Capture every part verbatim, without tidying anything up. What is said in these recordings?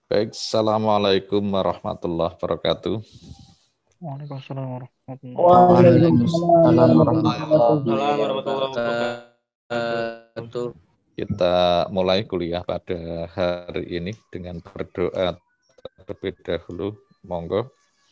Baik, Assalamualaikum warahmatullahi wabarakatuh. Waalaikumsalam warahmatullahi Waalaikumsalam wabarakatuh. warahmatullahi wabarakatuh. Kita mulai kuliah pada hari ini dengan berdoa terlebih dahulu. Monggo.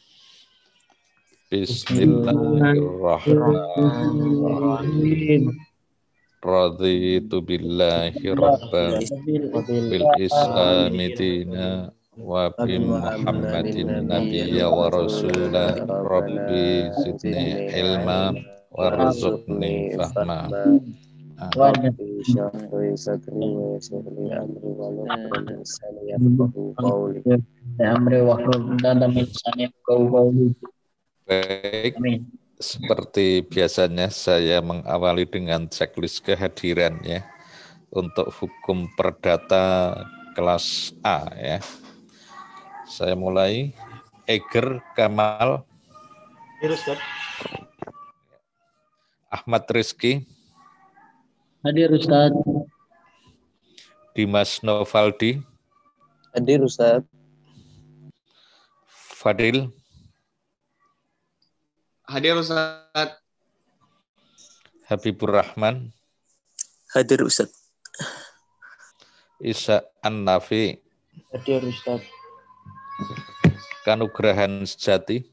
Bismillahirrahmanirrahim. Raditu billahi rabban bil islami dina wa bi Muhammadin nabiyya wa rasula rabbi zidni ilma warzuqni fahma. Rabbi syrah sadri wa yassir li amri wa hlul lisani yafqahu qawli. Amri wa hlul min lisani yafqahu qawli. Baik, seperti biasanya saya mengawali dengan checklist kehadiran ya untuk hukum perdata kelas A ya. Saya mulai. Eger Kamal, Ahmad Rizky, Hadir Ustaz. Dimas Novaldi, Hadir Ustaz. Fadil, Hadir Ustaz. Habibur Rahman, Hadir Ustaz. Isa An-Nafi, Hadir Ustaz. Kanugrahan Sejati,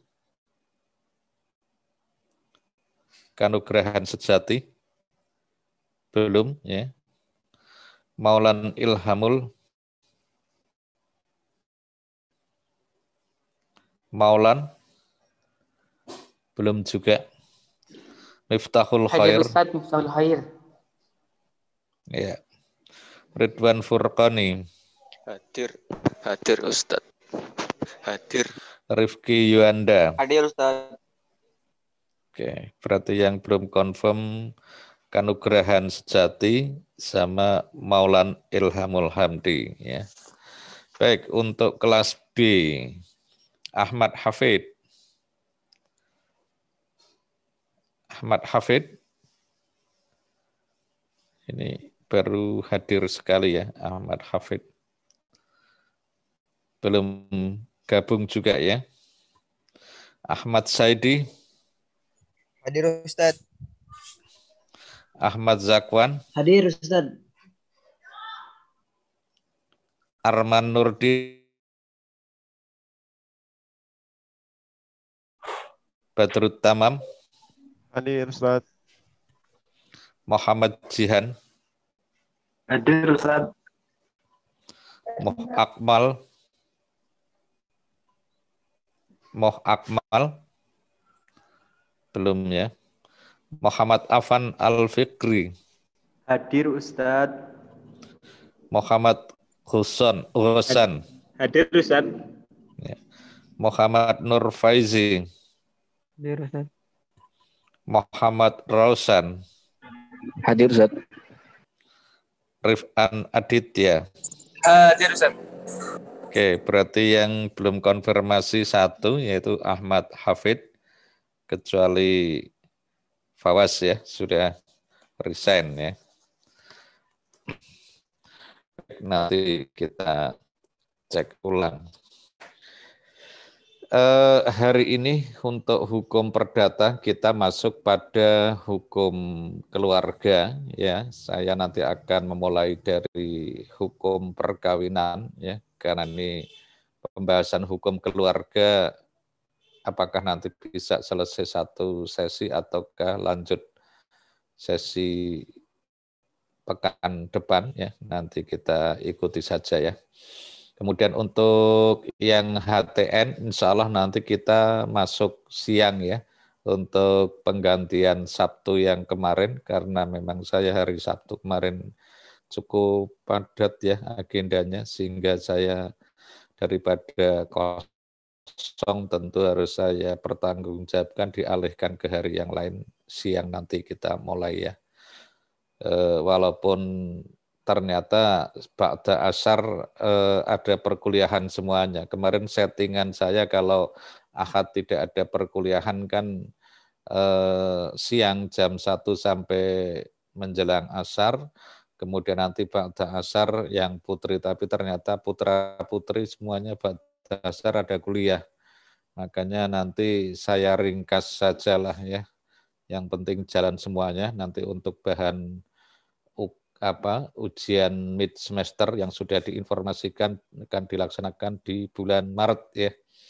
Kanugrahan Sejati, belum ya. Maulan Ilhamul, Maulan, belum juga. Miftahul Khair, Hadir Ustaz, Miftahul Khair. ya. Ridwan Furqani, Hadir. Hadir Ustaz. Hadir. Rifki Yuanda. Hadir Ustaz. Oke, berarti yang belum confirm Kanugrahan Sejati sama Maulan Ilhamul Hamdi ya. Baik, untuk kelas B Ahmad Hafid. Ahmad Hafid. Ini baru hadir sekali ya Ahmad Hafid. Belum gabung juga ya. Ahmad Saidi. Hadir Ustaz. Ahmad Zakwan. Hadir Ustaz. Arman Nurdi. Badrut Tamam. Hadir Ustaz. Muhammad Jihan. Hadir Ustaz. Moh Akmal. Moh Akmal. Belum ya. Muhammad Afan Al-Fikri. Hadir Ustaz. Muhammad Huson, Husan. Hadir Ustaz. Ya. Muhammad Nur Faizi. Hadir Ustaz. Muhammad Rausan. Hadir Ustaz. Rifan Aditya. Hadir Ustaz. Oke, berarti yang belum konfirmasi satu yaitu Ahmad Hafid, kecuali Fawas ya, sudah resign ya. Nanti kita cek ulang. Eh, hari ini untuk hukum perdata kita masuk pada hukum keluarga ya. Saya nanti akan memulai dari hukum perkawinan ya, karena ini pembahasan hukum keluarga apakah nanti bisa selesai satu sesi ataukah lanjut sesi pekan depan ya, nanti kita ikuti saja ya. Kemudian untuk yang H T N, insya Allah nanti kita masuk siang ya, untuk penggantian Sabtu yang kemarin, karena memang saya hari Sabtu kemarin cukup padat ya agendanya, sehingga saya daripada kosong tentu harus saya pertanggungjawabkan, dialihkan ke hari yang lain, siang nanti kita mulai ya. E, walaupun ternyata ba'da asar eh, ada perkuliahan semuanya. Kemarin settingan saya kalau Ahad tidak ada perkuliahan kan eh, siang jam satu sampai menjelang asar, kemudian nanti ba'da asar yang putri, tapi ternyata putra-putri semuanya ba'da asar ada kuliah. Makanya nanti saya ringkas sajalah ya. Yang penting jalan semuanya nanti untuk bahan apa ujian mid semester yang sudah diinformasikan akan dilaksanakan di bulan Maret ya.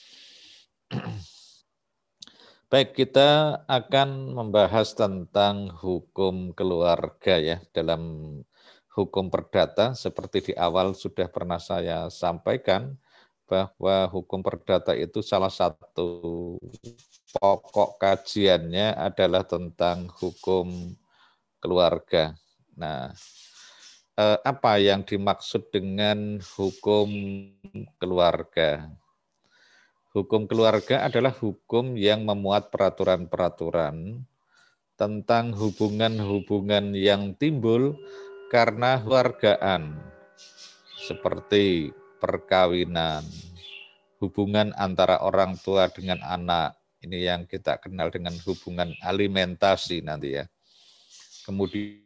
Baik, kita akan membahas tentang hukum keluarga ya. Dalam hukum perdata seperti di awal sudah pernah saya sampaikan bahwa hukum perdata itu salah satu pokok kajiannya adalah tentang hukum keluarga. Nah, eh, apa yang dimaksud dengan hukum keluarga? Hukum keluarga adalah hukum yang memuat peraturan-peraturan tentang hubungan-hubungan yang timbul karena keluargaan, seperti perkawinan, hubungan antara orang tua dengan anak, ini yang kita kenal dengan hubungan alimentasi nanti ya. Kemudian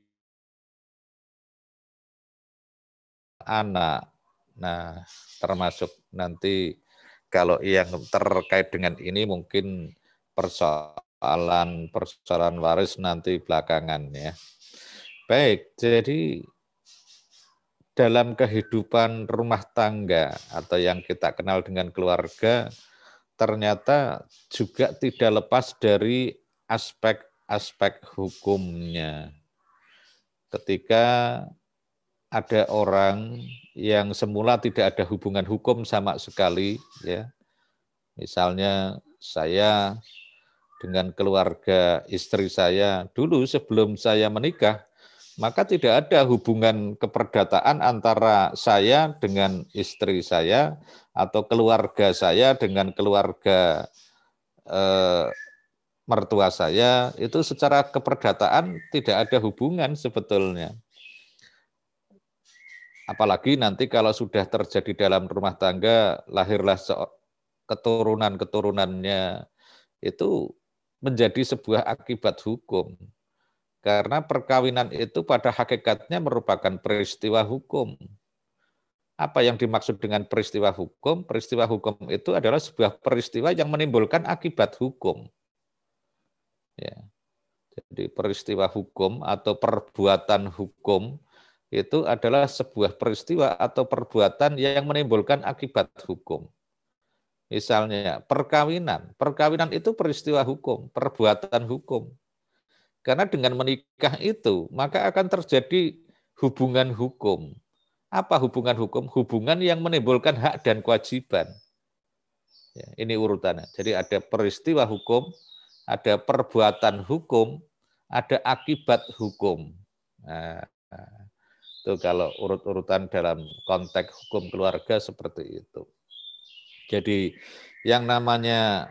anak, nah termasuk nanti kalau yang terkait dengan ini mungkin persoalan persoalan waris nanti belakangan ya. Baik, jadi dalam kehidupan rumah tangga atau yang kita kenal dengan keluarga ternyata juga tidak lepas dari aspek-aspek hukumnya. Ketika ada orang yang semula tidak ada hubungan hukum sama sekali, ya. Misalnya saya dengan keluarga istri saya dulu sebelum saya menikah, maka tidak ada hubungan keperdataan antara saya dengan istri saya atau keluarga saya dengan keluarga eh, mertua saya, itu secara keperdataan tidak ada hubungan sebetulnya. Apalagi nanti kalau sudah terjadi dalam rumah tangga, lahirlah keturunan-keturunannya, itu menjadi sebuah akibat hukum. Karena perkawinan itu pada hakikatnya merupakan peristiwa hukum. Apa yang dimaksud dengan peristiwa hukum? Peristiwa hukum itu adalah sebuah peristiwa yang menimbulkan akibat hukum. Ya. Jadi peristiwa hukum atau perbuatan hukum itu adalah sebuah peristiwa atau perbuatan yang menimbulkan akibat hukum. Misalnya perkawinan. Perkawinan itu peristiwa hukum, perbuatan hukum. Karena dengan menikah itu, maka akan terjadi hubungan hukum. Apa hubungan hukum? Hubungan yang menimbulkan hak dan kewajiban. Ya, ini urutannya. Jadi ada peristiwa hukum, ada perbuatan hukum, ada akibat hukum. Nah, itu kalau urut-urutan dalam konteks hukum keluarga seperti itu. Jadi yang namanya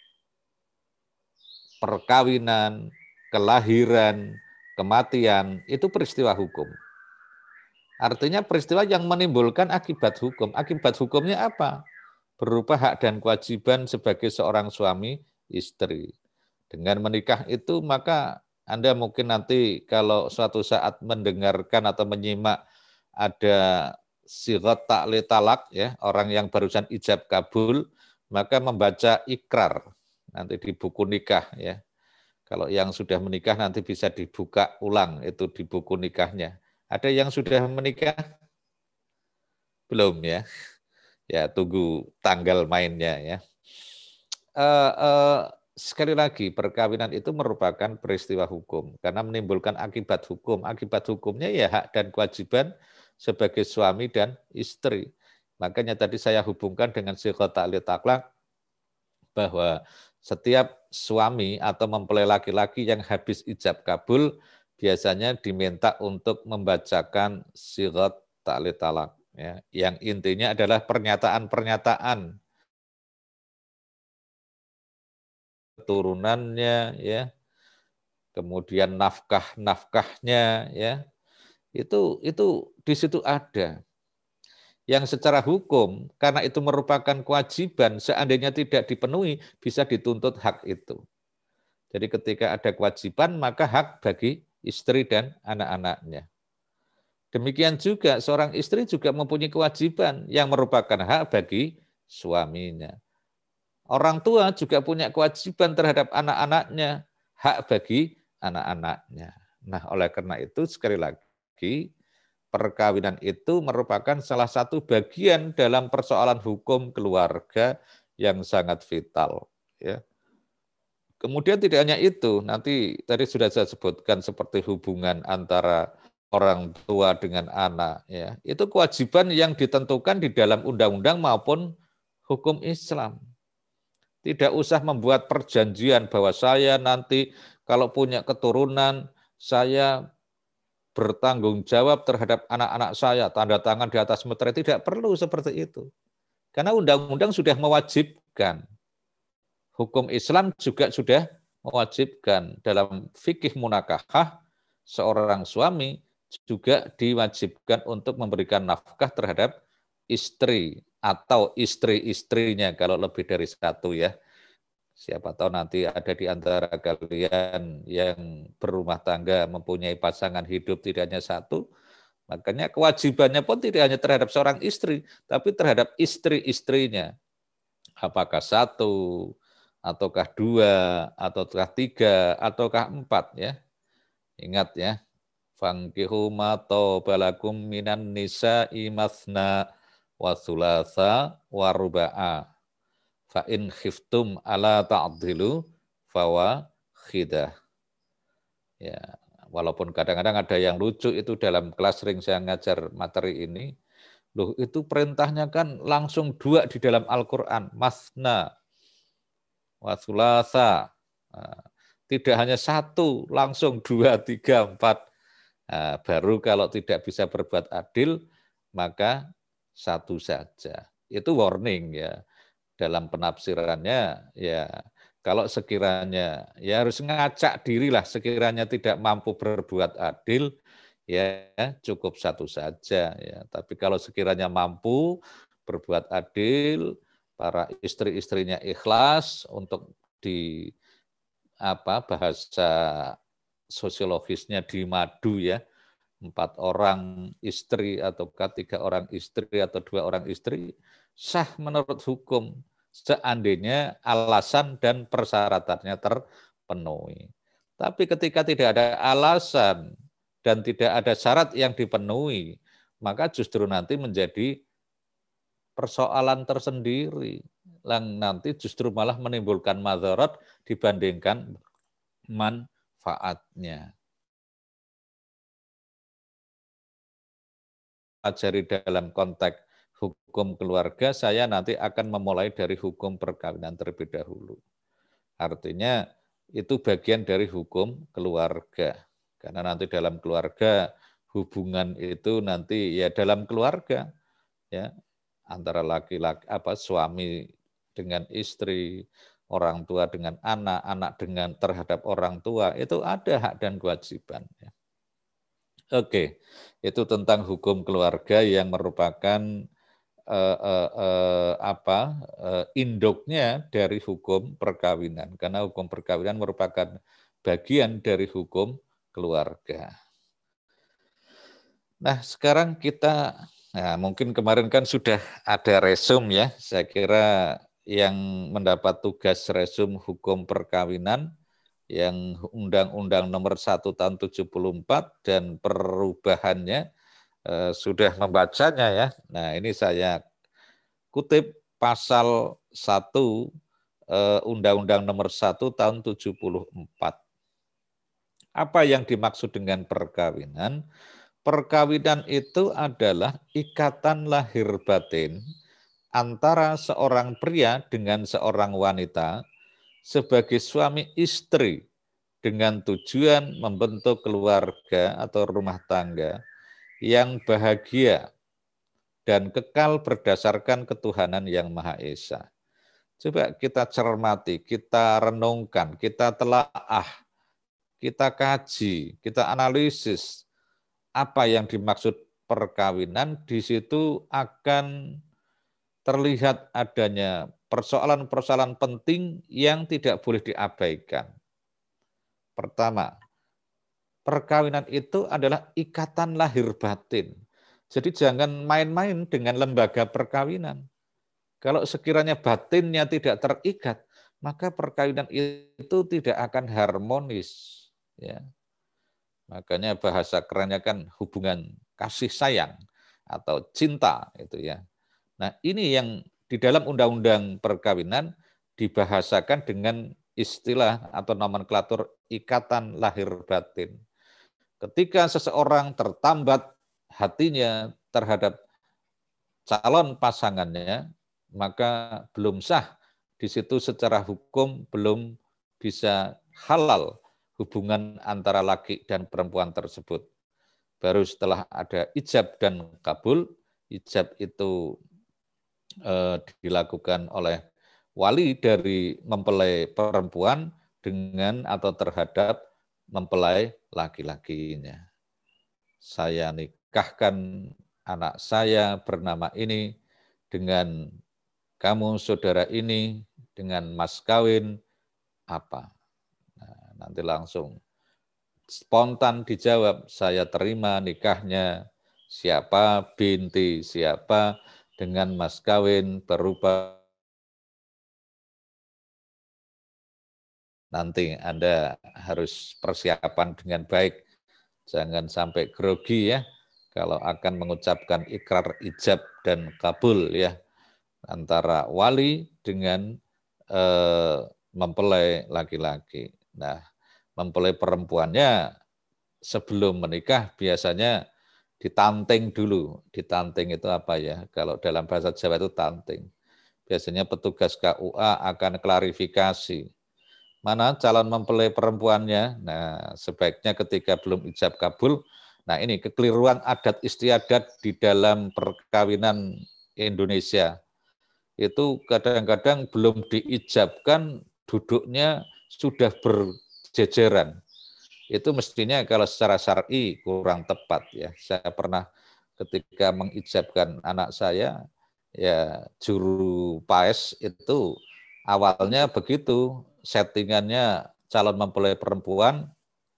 perkawinan, kelahiran, kematian, itu peristiwa hukum. Artinya peristiwa yang menimbulkan akibat hukum. Akibat hukumnya apa? Berupa hak dan kewajiban sebagai seorang suami istri. Dengan menikah itu maka Anda mungkin nanti kalau suatu saat mendengarkan atau menyimak ada sirat ta'li talak ya, orang yang barusan ijab kabul, maka membaca ikrar nanti di buku nikah ya. Kalau yang sudah menikah nanti bisa dibuka ulang itu di buku nikahnya. Ada yang sudah menikah? Belum ya. Ya, tunggu tanggal mainnya ya. Uh, uh, Sekali lagi, perkawinan itu merupakan peristiwa hukum karena menimbulkan akibat hukum. Akibat hukumnya ya hak dan kewajiban sebagai suami dan istri. Makanya tadi saya hubungkan dengan siqat ta'li talaq bahwa setiap suami atau mempelai laki-laki yang habis ijab kabul biasanya diminta untuk membacakan siqat ta'li talaq. Ya, yang intinya adalah pernyataan-pernyataan keturunannya, ya, kemudian nafkah-nafkahnya, ya, itu itu di situ ada. Yang secara hukum, karena itu merupakan kewajiban, seandainya tidak dipenuhi, bisa dituntut hak itu. Jadi ketika ada kewajiban, maka hak bagi istri dan anak-anaknya. Demikian juga seorang istri juga mempunyai kewajiban yang merupakan hak bagi suaminya. Orang tua juga punya kewajiban terhadap anak-anaknya, hak bagi anak-anaknya. Nah, oleh karena itu sekali lagi perkawinan itu merupakan salah satu bagian dalam persoalan hukum keluarga yang sangat vital, ya. Kemudian tidak hanya itu, nanti tadi sudah saya sebutkan seperti hubungan antara orang tua dengan anak, ya. Itu kewajiban yang ditentukan di dalam undang-undang maupun hukum Islam. Tidak usah membuat perjanjian bahwa saya nanti kalau punya keturunan, saya bertanggung jawab terhadap anak-anak saya, tanda tangan di atas meterai. Tidak perlu seperti itu. Karena undang-undang sudah mewajibkan. Hukum Islam juga sudah mewajibkan. Dalam fikih munakahah, seorang suami juga diwajibkan untuk memberikan nafkah terhadap istri atau istri-istrinya kalau lebih dari satu, ya. Siapa tahu nanti ada di antara kalian yang berumah tangga mempunyai pasangan hidup tidak hanya satu, makanya kewajibannya pun tidak hanya terhadap seorang istri, tapi terhadap istri-istrinya. Apakah satu, ataukah dua, ataukah tiga, ataukah empat, ya. Ingat, ya. Fankihu ma tobalakum minan nisa'i mathna wa thulatha wa ruba'a. Fa in khiftum ala ta'dilu fawa khidah. Ya, walaupun kadang-kadang ada yang lucu itu dalam kelas sering saya ngajar materi ini. Loh, itu perintahnya kan langsung dua di dalam Al-Qur'an, masna wa thulatha. Nah, tidak hanya satu, langsung dua, tiga, empat. Nah, baru kalau tidak bisa berbuat adil, maka satu saja. Itu warning, ya. Dalam penafsirannya, ya kalau sekiranya ya harus ngacak dirilah, sekiranya tidak mampu berbuat adil, ya cukup satu saja, ya. Tapi kalau sekiranya mampu berbuat adil, para istri-istrinya ikhlas untuk di apa bahasa sosiologisnya dimadu, ya, empat orang istri ataukah tiga orang istri atau dua orang istri, sah menurut hukum seandainya alasan dan persyaratannya terpenuhi. Tapi ketika tidak ada alasan dan tidak ada syarat yang dipenuhi, maka justru nanti menjadi persoalan tersendiri. Yang nanti justru malah menimbulkan madharat dibandingkan manfaatnya. Ajari dalam konteks hukum keluarga, saya nanti akan memulai dari hukum perkawinan terlebih dahulu. Artinya itu bagian dari hukum keluarga. Karena nanti dalam keluarga hubungan itu nanti ya dalam keluarga, ya, antara laki-laki apa suami dengan istri, orang tua dengan anak, anak dengan terhadap orang tua, itu ada hak dan kewajiban, ya. Oke, itu tentang hukum keluarga yang merupakan eh, eh, eh, apa eh, induknya dari hukum perkawinan, karena hukum perkawinan merupakan bagian dari hukum keluarga. Nah, sekarang kita, nah mungkin kemarin kan sudah ada resum, ya. Saya kira yang mendapat tugas resum hukum perkawinan yang Undang-Undang Nomor satu Tahun tujuh puluh empat dan perubahannya eh, sudah membacanya, ya. Nah, ini saya kutip pasal satu eh, Undang-Undang Nomor satu Tahun tujuh puluh empat. Apa yang dimaksud dengan perkawinan? Perkawinan itu adalah ikatan lahir batin antara seorang pria dengan seorang wanita sebagai suami istri dengan tujuan membentuk keluarga atau rumah tangga yang bahagia dan kekal berdasarkan ketuhanan yang Maha Esa. Coba kita cermati, kita renungkan, kita telaah, kita kaji, kita analisis apa yang dimaksud perkawinan. Di situ akan terlihat adanya persoalan-persoalan penting yang tidak boleh diabaikan. Pertama, perkawinan itu adalah ikatan lahir batin. Jadi jangan main-main dengan lembaga perkawinan. Kalau sekiranya batinnya tidak terikat, maka perkawinan itu tidak akan harmonis. Ya. Makanya bahasa kerennya kan hubungan kasih sayang atau cinta itu ya. Nah ini yang di dalam undang-undang perkawinan dibahasakan dengan istilah atau nomenklatur ikatan lahir batin. Ketika seseorang tertambat hatinya terhadap calon pasangannya, maka belum sah di situ secara hukum belum bisa halal hubungan antara laki dan perempuan tersebut. Baru setelah ada ijab dan kabul, ijab itu eh, dilakukan oleh wali dari mempelai perempuan dengan atau terhadap mempelai laki-lakinya. Saya nikahkan anak saya bernama ini dengan kamu saudara ini dengan mas kawin apa? Nah, nanti langsung spontan dijawab, saya terima nikahnya siapa, binti siapa, dengan mas kawin berupa. Nanti Anda harus persiapan dengan baik, jangan sampai grogi ya, kalau akan mengucapkan ikrar ijab dan kabul ya, antara wali dengan eh, mempelai laki-laki. Nah, mempelai perempuannya sebelum menikah biasanya ditanting dulu. Ditanting itu apa ya? Kalau dalam bahasa Jawa itu tanting. Biasanya petugas K U A akan klarifikasi. Mana calon mempelai perempuannya? Nah, sebaiknya ketika belum ijab kabul, nah ini kekeliruan adat istiadat di dalam perkawinan Indonesia. Itu kadang-kadang belum diijabkan, duduknya sudah berjejeran. Itu mestinya kalau secara syar'i kurang tepat ya. Saya pernah ketika mengijabkan anak saya, ya juru paes itu awalnya begitu, settingannya calon mempelai perempuan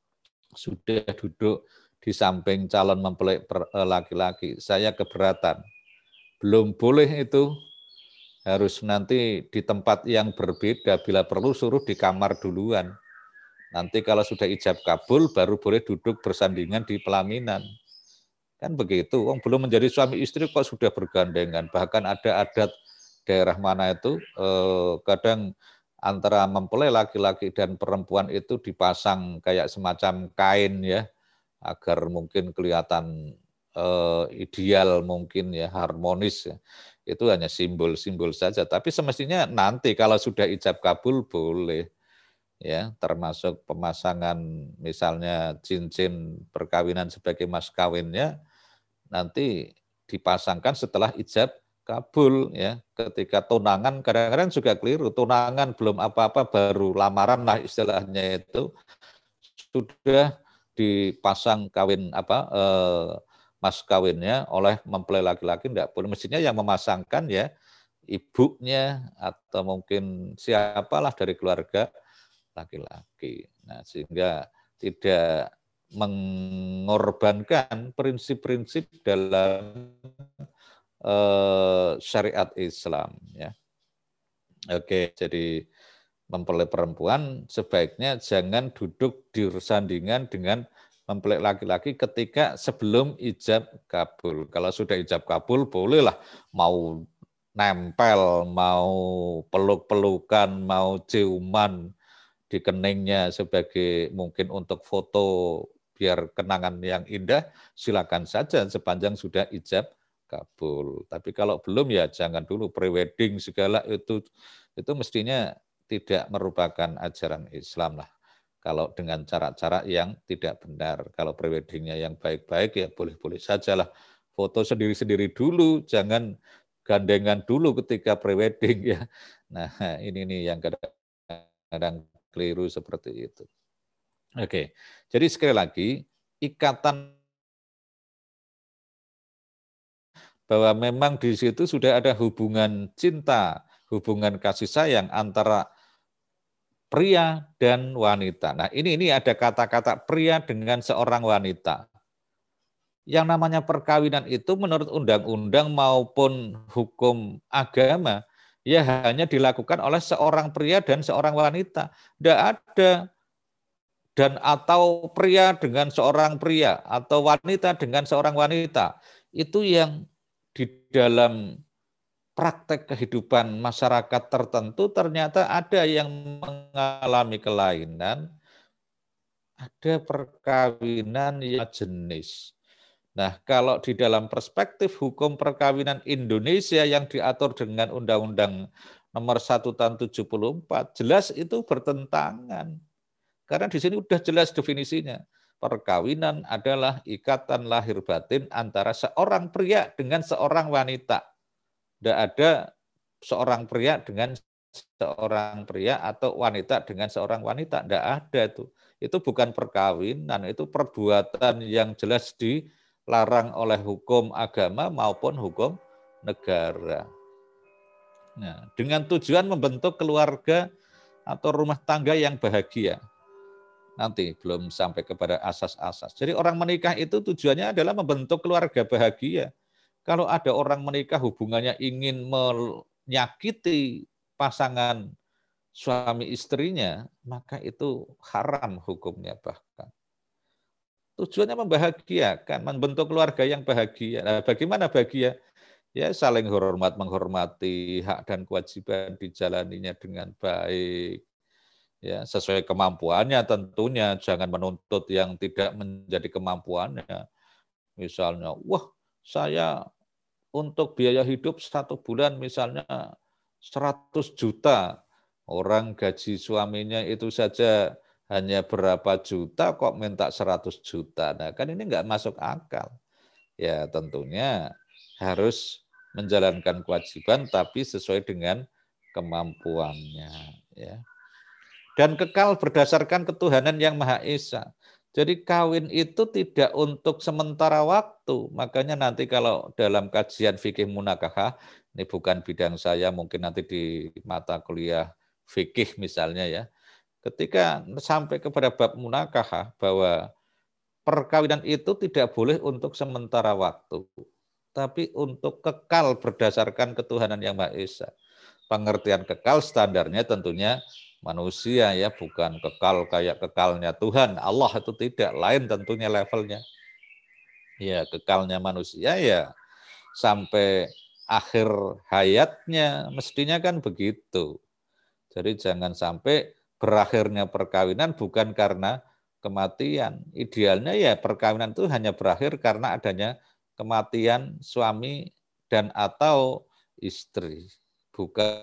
sudah duduk di samping calon mempelai laki-laki. Saya keberatan. Belum boleh itu, harus nanti di tempat yang berbeda, bila perlu suruh di kamar duluan. Nanti kalau sudah ijab kabul, baru boleh duduk bersandingan di pelaminan. Kan begitu, wong belum menjadi suami istri kok sudah bergandengan. Bahkan ada adat daerah mana itu, eh, kadang antara mempelai laki-laki dan perempuan itu dipasang kayak semacam kain ya, agar mungkin kelihatan eh, ideal mungkin ya, harmonis ya. Itu hanya simbol-simbol saja. Tapi semestinya nanti kalau sudah ijab kabul boleh. Ya, termasuk pemasangan misalnya cincin perkawinan sebagai mas kawinnya nanti dipasangkan setelah ijab kabul ya. Ketika tunangan kadang-kadang juga keliru, tunangan belum apa-apa baru lamaran lah istilahnya itu sudah dipasang kawin apa eh, mas kawinnya oleh mempelai laki-laki, enggak boleh. Mestinya yang memasangkan ya ibunya atau mungkin siapalah dari keluarga laki-laki. Nah, sehingga tidak mengorbankan prinsip-prinsip dalam eh, syariat Islam ya. Oke, jadi mempelai perempuan sebaiknya jangan duduk di sandingan dengan mempelai laki-laki ketika sebelum ijab kabul. Kalau sudah ijab kabul bolehlah mau nempel, mau peluk-pelukan, mau ciuman di keningnya sebagai mungkin untuk foto biar kenangan yang indah, silakan saja sepanjang sudah ijab kabul. Tapi kalau belum ya jangan dulu prewedding segala itu itu mestinya tidak merupakan ajaran Islam lah. Kalau dengan cara-cara yang tidak benar, kalau preweddingnya yang baik-baik ya boleh-boleh sajalah. Foto sendiri-sendiri dulu, jangan gandengan dulu ketika prewedding ya. Nah ini nih yang kadang-kadang keliru seperti itu. Oke, jadi sekali lagi ikatan bahwa memang di situ sudah ada hubungan cinta, hubungan kasih sayang antara pria dan wanita. Nah, ini ini ada kata-kata pria dengan seorang wanita. Yang namanya perkawinan itu menurut undang-undang maupun hukum agama ya hanya dilakukan oleh seorang pria dan seorang wanita. Tidak ada dan atau pria dengan seorang pria atau wanita dengan seorang wanita. Itu yang di dalam praktek kehidupan masyarakat tertentu ternyata ada yang mengalami kelainan, ada perkawinan yang jenis. Nah, kalau di dalam perspektif hukum perkawinan Indonesia yang diatur dengan Undang-Undang Nomor satu Tahun tujuh puluh empat, jelas itu bertentangan. Karena di sini sudah jelas definisinya. Perkawinan adalah ikatan lahir batin antara seorang pria dengan seorang wanita. Tidak ada seorang pria dengan seorang pria atau wanita dengan seorang wanita. Tidak ada itu. Itu bukan perkawinan, itu perbuatan yang jelas dilarang oleh hukum agama maupun hukum negara. Nah, dengan tujuan membentuk keluarga atau rumah tangga yang bahagia. Nanti belum sampai kepada asas-asas. Jadi orang menikah itu tujuannya adalah membentuk keluarga bahagia. Kalau ada orang menikah hubungannya ingin menyakiti pasangan suami istrinya, maka itu haram hukumnya bahkan. Tujuannya membahagiakan, membentuk keluarga yang bahagia. Nah, bagaimana bahagia? Ya saling hormat, menghormati, hak dan kewajiban dijalaninya dengan baik. Ya, sesuai kemampuannya tentunya, jangan menuntut yang tidak menjadi kemampuannya. Misalnya, wah saya untuk biaya hidup satu bulan misalnya seratus juta, orang gaji suaminya itu saja hanya berapa juta kok minta seratus juta. Nah kan ini nggak masuk akal. Ya tentunya harus menjalankan kewajiban tapi sesuai dengan kemampuannya. Ya. Dan kekal berdasarkan ketuhanan yang Maha Esa. Jadi kawin itu tidak untuk sementara waktu. Makanya nanti kalau dalam kajian fikih munakahah, ini bukan bidang saya, mungkin nanti di mata kuliah fikih misalnya ya. Ketika sampai kepada bab munakahah bahwa perkawinan itu tidak boleh untuk sementara waktu, tapi untuk kekal berdasarkan ketuhanan yang Maha Esa. Pengertian kekal standarnya tentunya manusia ya, bukan kekal kayak kekalnya Tuhan. Allah itu tidak, lain tentunya levelnya. Ya, kekalnya manusia ya sampai akhir hayatnya, mestinya kan begitu. Jadi jangan sampai berakhirnya perkawinan bukan karena kematian. Idealnya ya perkawinan itu hanya berakhir karena adanya kematian suami dan atau istri. Bukan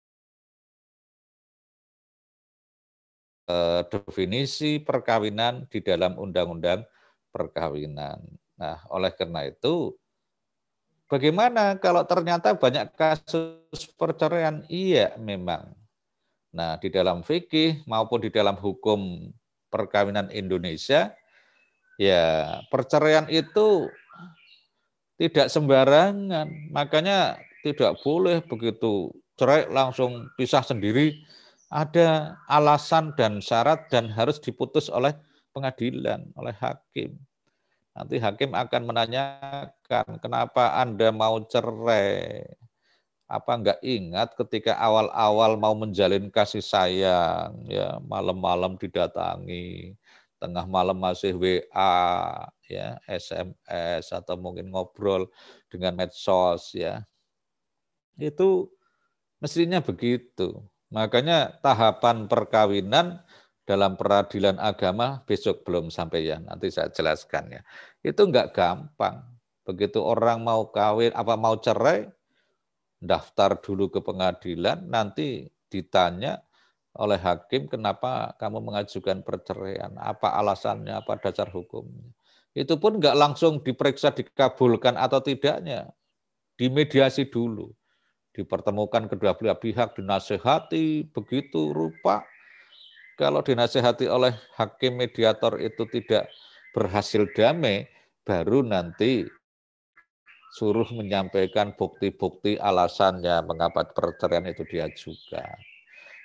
definisi perkawinan di dalam undang-undang perkawinan. Nah, oleh karena itu, bagaimana kalau ternyata banyak kasus perceraian? Iya, memang. Nah, di dalam fikih maupun di dalam hukum perkawinan Indonesia, ya perceraian itu tidak sembarangan. Makanya tidak boleh begitu cerai langsung pisah sendiri. Ada alasan dan syarat dan harus diputus oleh pengadilan, oleh hakim. Nanti hakim akan menanyakan, kenapa Anda mau cerai? Apa enggak ingat ketika awal-awal mau menjalin kasih sayang, ya malam-malam didatangi, tengah malam masih W A, ya S M S atau mungkin ngobrol dengan medsos, ya itu mestinya begitu. Makanya tahapan perkawinan dalam peradilan agama besok belum sampai ya, nanti saya jelaskan ya. Itu enggak gampang. Begitu orang mau kawin, apa mau cerai, daftar dulu ke pengadilan, nanti ditanya oleh hakim kenapa kamu mengajukan perceraian, apa alasannya, apa dasar hukumnya. Itu pun enggak langsung diperiksa dikabulkan atau tidaknya, dimediasi dulu. Dipertemukan kedua belah pihak, dinasehati, begitu rupa. Kalau dinasehati oleh hakim mediator itu tidak berhasil damai, baru nanti suruh menyampaikan bukti-bukti alasannya mengapa perceraian itu diajukan.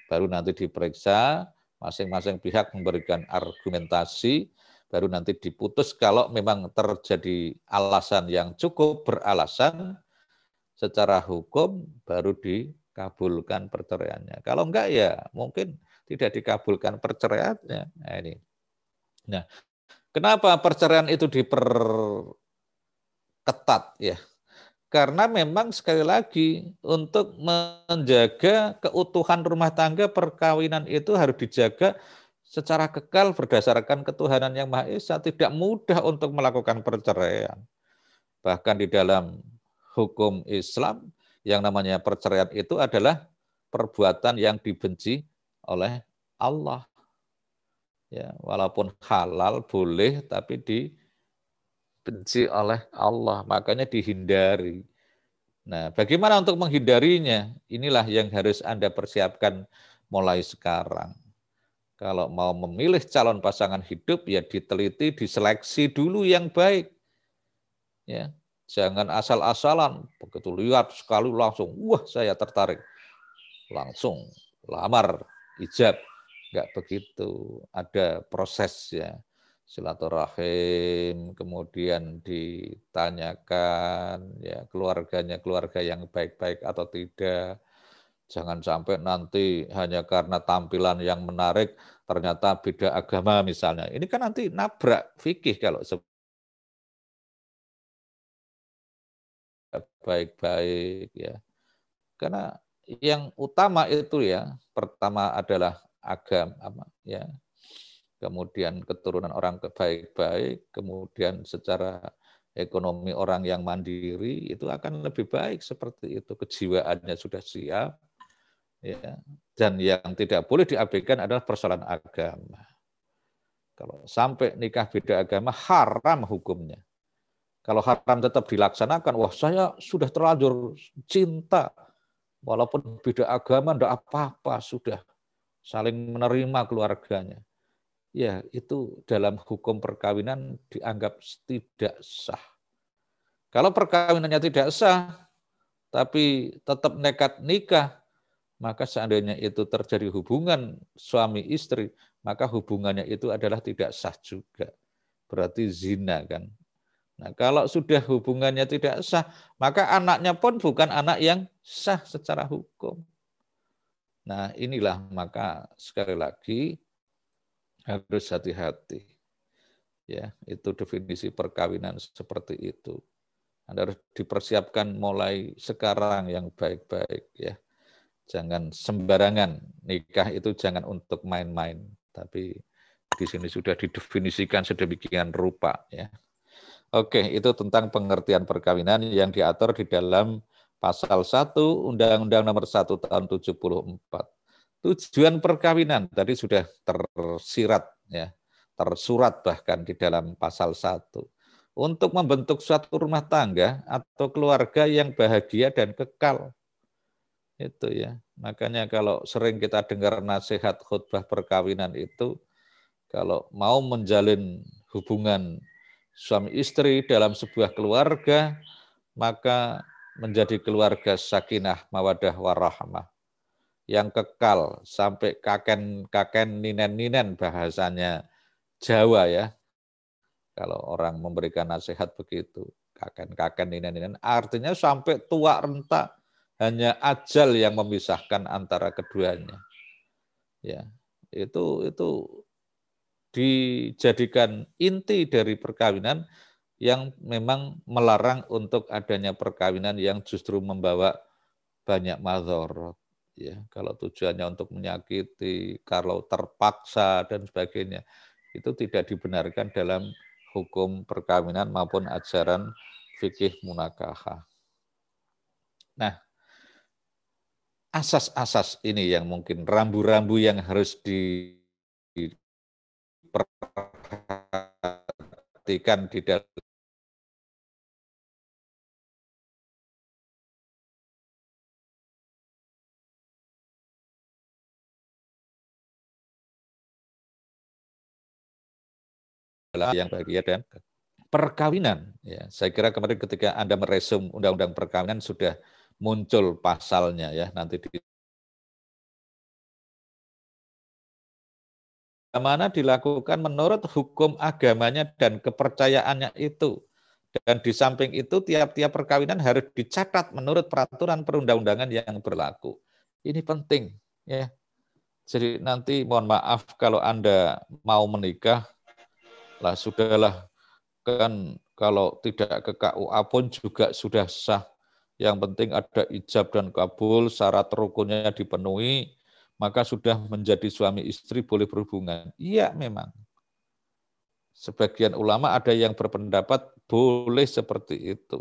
baru nanti diperiksa, masing-masing pihak memberikan argumentasi, baru nanti diputus kalau memang terjadi alasan yang cukup beralasan secara hukum, baru dikabulkan perceraiannya. Kalau enggak ya mungkin tidak dikabulkan perceraiannya. Nah, ini. Nah, kenapa perceraian itu diperketat ya? Karena memang sekali lagi untuk menjaga keutuhan rumah tangga, perkawinan itu harus dijaga secara kekal berdasarkan ketuhanan yang Maha Esa. Tidak mudah untuk melakukan perceraian. Bahkan di dalam hukum Islam yang namanya perceraian itu adalah perbuatan yang dibenci oleh Allah. Ya, walaupun halal boleh tapi dibenci oleh Allah, makanya dihindari. Nah, bagaimana untuk menghindarinya? Inilah yang harus Anda persiapkan mulai sekarang. Kalau mau memilih calon pasangan hidup, ya diteliti, diseleksi dulu yang baik. Ya, jangan asal-asalan, begitu lihat sekali langsung, wah saya tertarik. Langsung lamar, ijab. Enggak begitu, ada prosesnya. Silaturahim, kemudian ditanyakan ya keluarganya keluarga yang baik-baik atau tidak. Jangan sampai nanti hanya karena tampilan yang menarik ternyata beda agama misalnya. Ini kan nanti nabrak fikih kalau baik-baik ya. Karena yang utama itu ya, pertama adalah agama ya. Kemudian keturunan orang baik-baik, kemudian secara ekonomi orang yang mandiri itu akan lebih baik seperti itu, kejiwaannya sudah siap ya. Dan yang tidak boleh diabaikan adalah persoalan agama. Kalau sampai nikah beda agama haram hukumnya. Kalau haram tetap dilaksanakan, wah saya sudah terlanjur cinta walaupun beda agama enggak apa-apa, sudah saling menerima keluarganya. Ya, itu dalam hukum perkawinan dianggap tidak sah. Kalau perkawinannya tidak sah, tapi tetap nekat nikah, maka seandainya itu terjadi hubungan suami istri, maka hubungannya itu adalah tidak sah juga. Berarti zina kan. Nah, kalau sudah hubungannya tidak sah, maka anaknya pun bukan anak yang sah secara hukum. Nah, inilah maka sekali lagi harus hati-hati. Ya, itu definisi perkawinan seperti itu. Anda harus dipersiapkan mulai sekarang yang baik-baik ya. Jangan sembarangan, nikah itu jangan untuk main-main, tapi di sini sudah didefinisikan sedemikian rupa ya. Oke, itu tentang pengertian perkawinan yang diatur di dalam pasal satu Undang-Undang Nomor satu tahun tujuh puluh empat. Tujuan perkawinan tadi sudah tersirat ya, tersurat bahkan di dalam pasal satu. Untuk membentuk suatu rumah tangga atau keluarga yang bahagia dan kekal. Itu ya. Makanya kalau sering kita dengar nasihat khutbah perkawinan itu, kalau mau menjalin hubungan suami istri dalam sebuah keluarga, maka menjadi keluarga sakinah, mawadah, warahmah. Yang kekal sampai kaken-kaken ninen-ninen bahasanya Jawa ya. Kalau orang memberikan nasihat begitu, kaken-kaken ninen-ninen artinya sampai tua renta, hanya ajal yang memisahkan antara keduanya. Ya, itu itu dijadikan inti dari perkawinan yang memang melarang untuk adanya perkawinan yang justru membawa banyak madharat. Ya, kalau tujuannya untuk menyakiti, kalau terpaksa dan sebagainya, itu tidak dibenarkan dalam hukum perkawinan maupun ajaran fikih munakahah. Nah, asas-asas ini yang mungkin rambu-rambu yang harus diperhatikan di dalam yang bahagia dan perkawinan. Ya, saya kira kemarin ketika Anda meresum undang-undang perkawinan sudah muncul pasalnya ya, nanti di mana dilakukan menurut hukum agamanya dan kepercayaannya itu. Dan di samping itu tiap-tiap perkawinan harus dicatat menurut peraturan perundang-undangan yang berlaku. Ini penting ya. Jadi nanti mohon maaf kalau Anda mau menikah, lah sudahlah, kan kalau tidak ke K U A pun juga sudah sah. Yang penting ada ijab dan kabul, syarat rukunnya dipenuhi, maka sudah menjadi suami istri boleh berhubungan. Iya memang. Sebagian ulama ada yang berpendapat boleh seperti itu.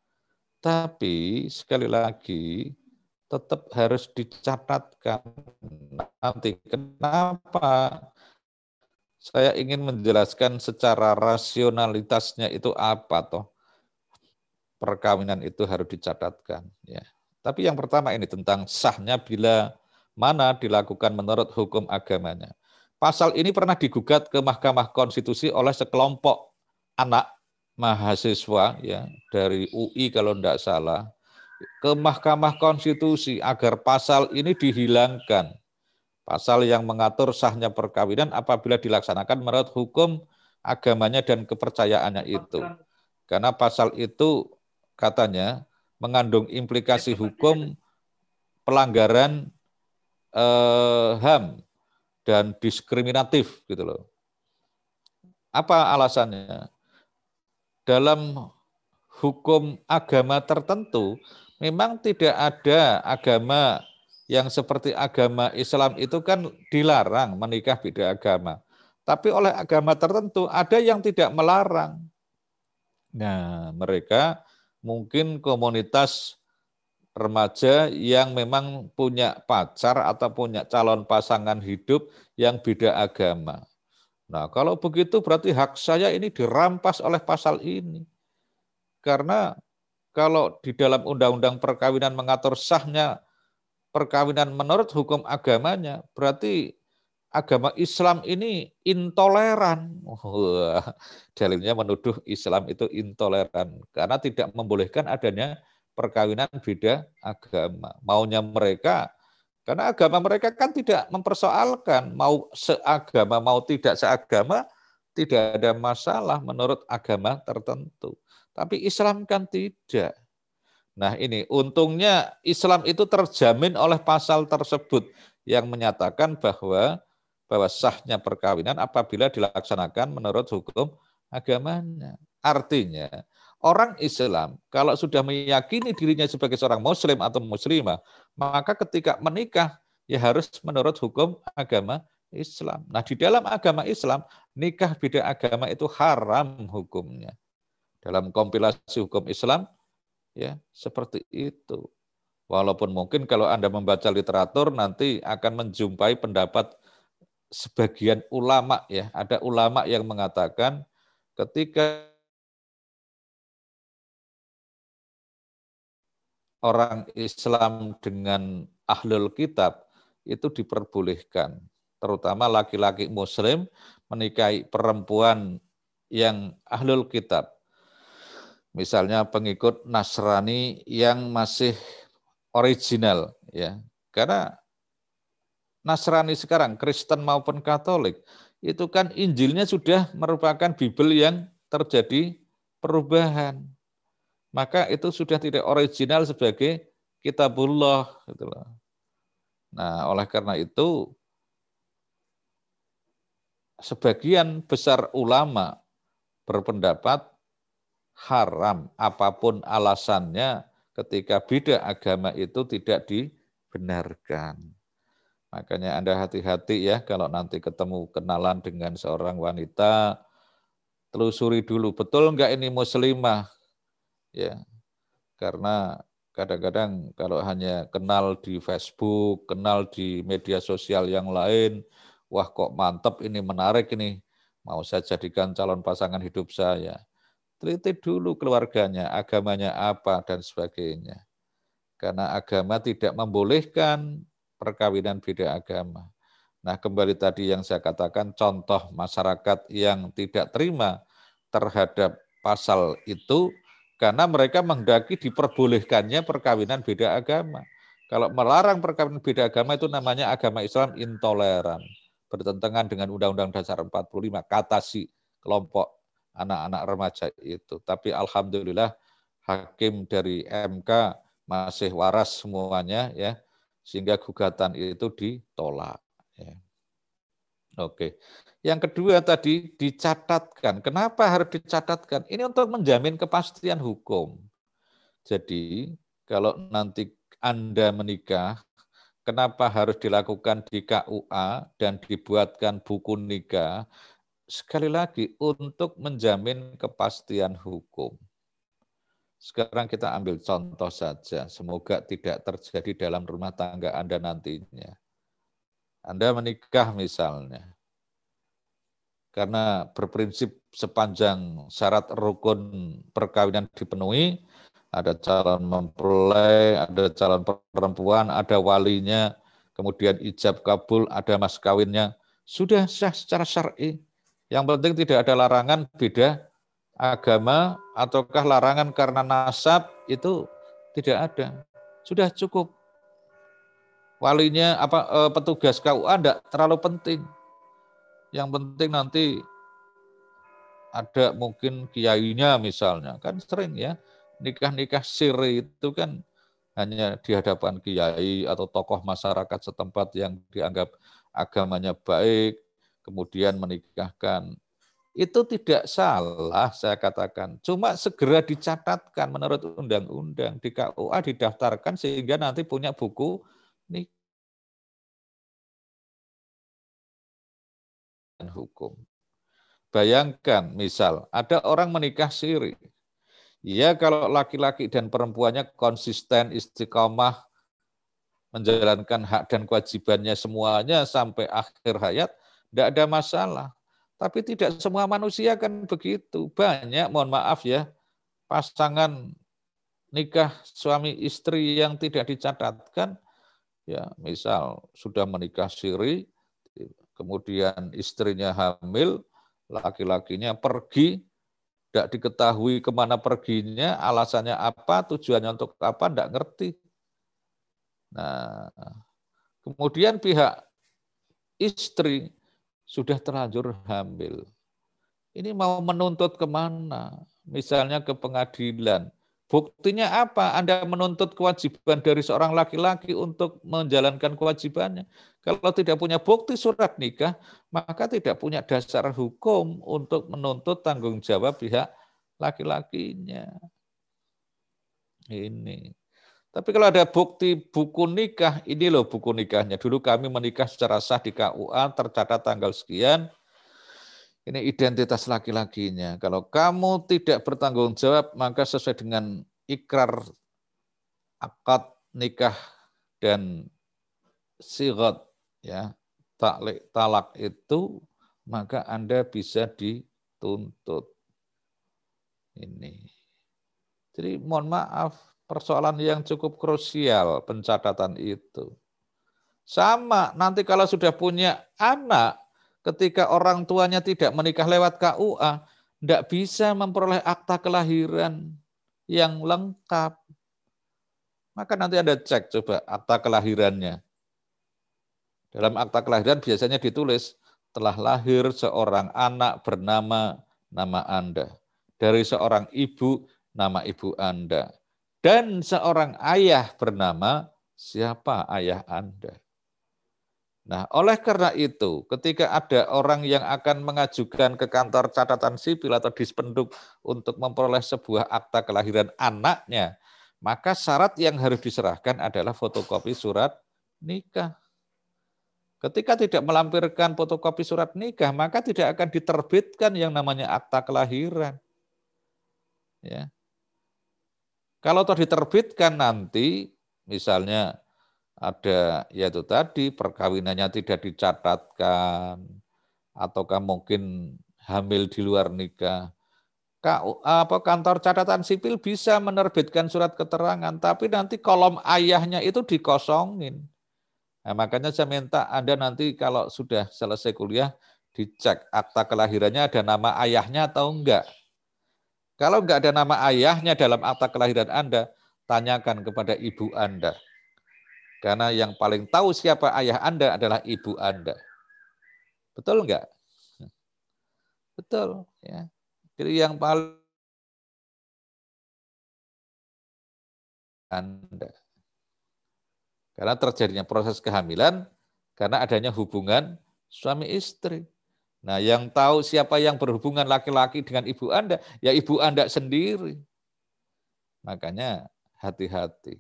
Tapi sekali lagi tetap harus dicatatkan nanti. Kenapa? Saya ingin menjelaskan secara rasionalitasnya itu apa toh. Perkawinan itu harus dicatatkan. Ya. Tapi yang pertama ini tentang sahnya bila mana dilakukan menurut hukum agamanya. Pasal ini pernah digugat ke Mahkamah Konstitusi oleh sekelompok anak mahasiswa ya dari U I kalau tidak salah ke Mahkamah Konstitusi agar pasal ini dihilangkan. Pasal yang mengatur sahnya perkawinan apabila dilaksanakan menurut hukum agamanya dan kepercayaannya itu. Karena pasal itu katanya mengandung implikasi hukum pelanggaran eh, H A M dan diskriminatif gitu loh. Apa alasannya? Dalam hukum agama tertentu memang tidak ada agama yang seperti agama Islam itu kan dilarang menikah beda agama. Tapi oleh agama tertentu ada yang tidak melarang. Nah, mereka mungkin komunitas remaja yang memang punya pacar atau punya calon pasangan hidup yang beda agama. Nah, kalau begitu berarti hak saya ini dirampas oleh pasal ini. Karena kalau di dalam undang-undang perkawinan mengatur sahnya perkawinan menurut hukum agamanya, berarti agama Islam ini intoleran. Wah, dalilnya menuduh Islam itu intoleran karena tidak membolehkan adanya perkawinan beda agama. Maunya mereka, karena agama mereka kan tidak mempersoalkan mau seagama, mau tidak seagama, tidak ada masalah menurut agama tertentu. Tapi Islam kan tidak. Nah ini untungnya Islam itu terjamin oleh pasal tersebut yang menyatakan bahwa bahwa sahnya perkawinan apabila dilaksanakan menurut hukum agamanya. Artinya orang Islam kalau sudah meyakini dirinya sebagai seorang muslim atau muslimah, maka ketika menikah ya harus menurut hukum agama Islam. Nah di dalam agama Islam nikah beda agama itu haram hukumnya. Dalam kompilasi hukum Islam ya seperti itu. Walaupun mungkin kalau Anda membaca literatur nanti akan menjumpai pendapat sebagian ulama ya, ada ulama yang mengatakan ketika orang Islam dengan ahlul kitab itu diperbolehkan, terutama laki-laki muslim menikahi perempuan yang ahlul kitab. Misalnya pengikut Nasrani yang masih original ya. Karena Nasrani sekarang Kristen maupun Katolik itu kan Injilnya sudah merupakan Bible yang terjadi perubahan. Maka itu sudah tidak original sebagai kitabullah gitu loh. Nah, oleh karena itu sebagian besar ulama berpendapat haram apapun alasannya ketika beda agama itu tidak dibenarkan. Makanya Anda hati-hati ya kalau nanti ketemu kenalan dengan seorang wanita, telusuri dulu betul enggak ini muslimah. Ya. Karena kadang-kadang kalau hanya kenal di Facebook, kenal di media sosial yang lain, wah kok mantap ini menarik ini, mau saya jadikan calon pasangan hidup saya. Teliti dulu keluarganya, agamanya apa, dan sebagainya. Karena agama tidak membolehkan perkawinan beda agama. Nah, kembali tadi yang saya katakan, contoh masyarakat yang tidak terima terhadap pasal itu, karena mereka menghendaki diperbolehkannya perkawinan beda agama. Kalau melarang perkawinan beda agama itu namanya agama Islam intoleran. bertentangan dengan Undang-Undang Dasar empat puluh lima, kata si kelompok anak-anak remaja itu. Tapi alhamdulillah hakim dari M K masih waras semuanya ya, sehingga gugatan itu ditolak. Ya. Oke. Yang kedua tadi dicatatkan. Kenapa harus dicatatkan? Ini untuk menjamin kepastian hukum. Jadi kalau nanti Anda menikah, kenapa harus dilakukan di K U A dan dibuatkan buku nikah? Sekali lagi untuk menjamin kepastian hukum. Sekarang kita ambil contoh saja, semoga tidak terjadi dalam rumah tangga Anda nantinya. Anda menikah misalnya, karena berprinsip sepanjang syarat rukun perkawinan dipenuhi, ada calon mempelai, ada calon perempuan, ada walinya, kemudian ijab kabul, ada mas kawinnya, sudah sah secara syar'i. Yang penting tidak ada larangan beda agama ataukah larangan karena nasab, itu tidak ada. Sudah cukup. Walinya apa petugas K U A tidak terlalu penting. Yang penting nanti ada mungkin kiainya misalnya, kan sering ya nikah-nikah siri itu kan hanya di hadapan kiai atau tokoh masyarakat setempat yang dianggap agamanya baik, kemudian menikahkan. Itu tidak salah saya katakan, cuma segera dicatatkan menurut undang-undang di K U A, didaftarkan sehingga nanti punya buku nikah hukum. Bayangkan misal ada orang menikah siri. Ya kalau laki-laki dan perempuannya konsisten, istiqomah, menjalankan hak dan kewajibannya semuanya sampai akhir hayat, tidak ada masalah. Tapi tidak semua manusia kan begitu. Banyak, mohon maaf ya, pasangan nikah suami istri yang tidak dicatatkan, ya misal sudah menikah siri, kemudian istrinya hamil, laki-lakinya pergi, tidak diketahui kemana perginya, alasannya apa, tujuannya untuk apa, tidak ngerti. Nah, kemudian pihak istri sudah terlanjur hamil. Ini mau menuntut kemana? Misalnya ke pengadilan. Buktinya apa? Anda menuntut kewajiban dari seorang laki-laki untuk menjalankan kewajibannya. Kalau tidak punya bukti surat nikah, maka tidak punya dasar hukum untuk menuntut tanggung jawab pihak laki-lakinya. Ini. Tapi kalau ada bukti buku nikah, ini loh buku nikahnya. Dulu kami menikah secara sah di K U A, tercatat tanggal sekian. Ini identitas laki-lakinya. Kalau kamu tidak bertanggung jawab, maka sesuai dengan ikrar akad nikah dan sigat, ya, taklik talak itu, maka Anda bisa dituntut. Ini. Jadi mohon maaf, persoalan yang cukup krusial pencatatan itu. Sama, nanti kalau sudah punya anak, ketika orang tuanya tidak menikah lewat K U A, tidak bisa memperoleh akta kelahiran yang lengkap. Maka nanti Anda cek coba akta kelahirannya. Dalam akta kelahiran biasanya ditulis, telah lahir seorang anak bernama nama Anda. Dari seorang ibu, nama ibu Anda. Dan seorang ayah bernama siapa ayah Anda. Nah, oleh karena itu, ketika ada orang yang akan mengajukan ke kantor catatan sipil atau dispenduk untuk memperoleh sebuah akta kelahiran anaknya, maka syarat yang harus diserahkan adalah fotokopi surat nikah. Ketika tidak melampirkan fotokopi surat nikah, maka tidak akan diterbitkan yang namanya akta kelahiran. Ya. Kalau toh diterbitkan nanti, misalnya ada yaitu tadi perkawinannya tidak dicatatkan, ataukah mungkin hamil di luar nikah, apa kantor catatan sipil bisa menerbitkan surat keterangan, tapi nanti kolom ayahnya itu dikosongin. Nah, makanya saya minta Anda nanti kalau sudah selesai kuliah dicek akta kelahirannya ada nama ayahnya atau enggak. Kalau enggak ada nama ayahnya dalam akta kelahiran Anda, tanyakan kepada ibu Anda. Karena yang paling tahu siapa ayah Anda adalah ibu Anda. Betul enggak? Betul. Ya. Jadi yang paling Anda. Karena terjadinya proses kehamilan karena adanya hubungan suami istri. Nah, yang tahu siapa yang berhubungan laki-laki dengan ibu Anda, ya ibu Anda sendiri. Makanya hati-hati.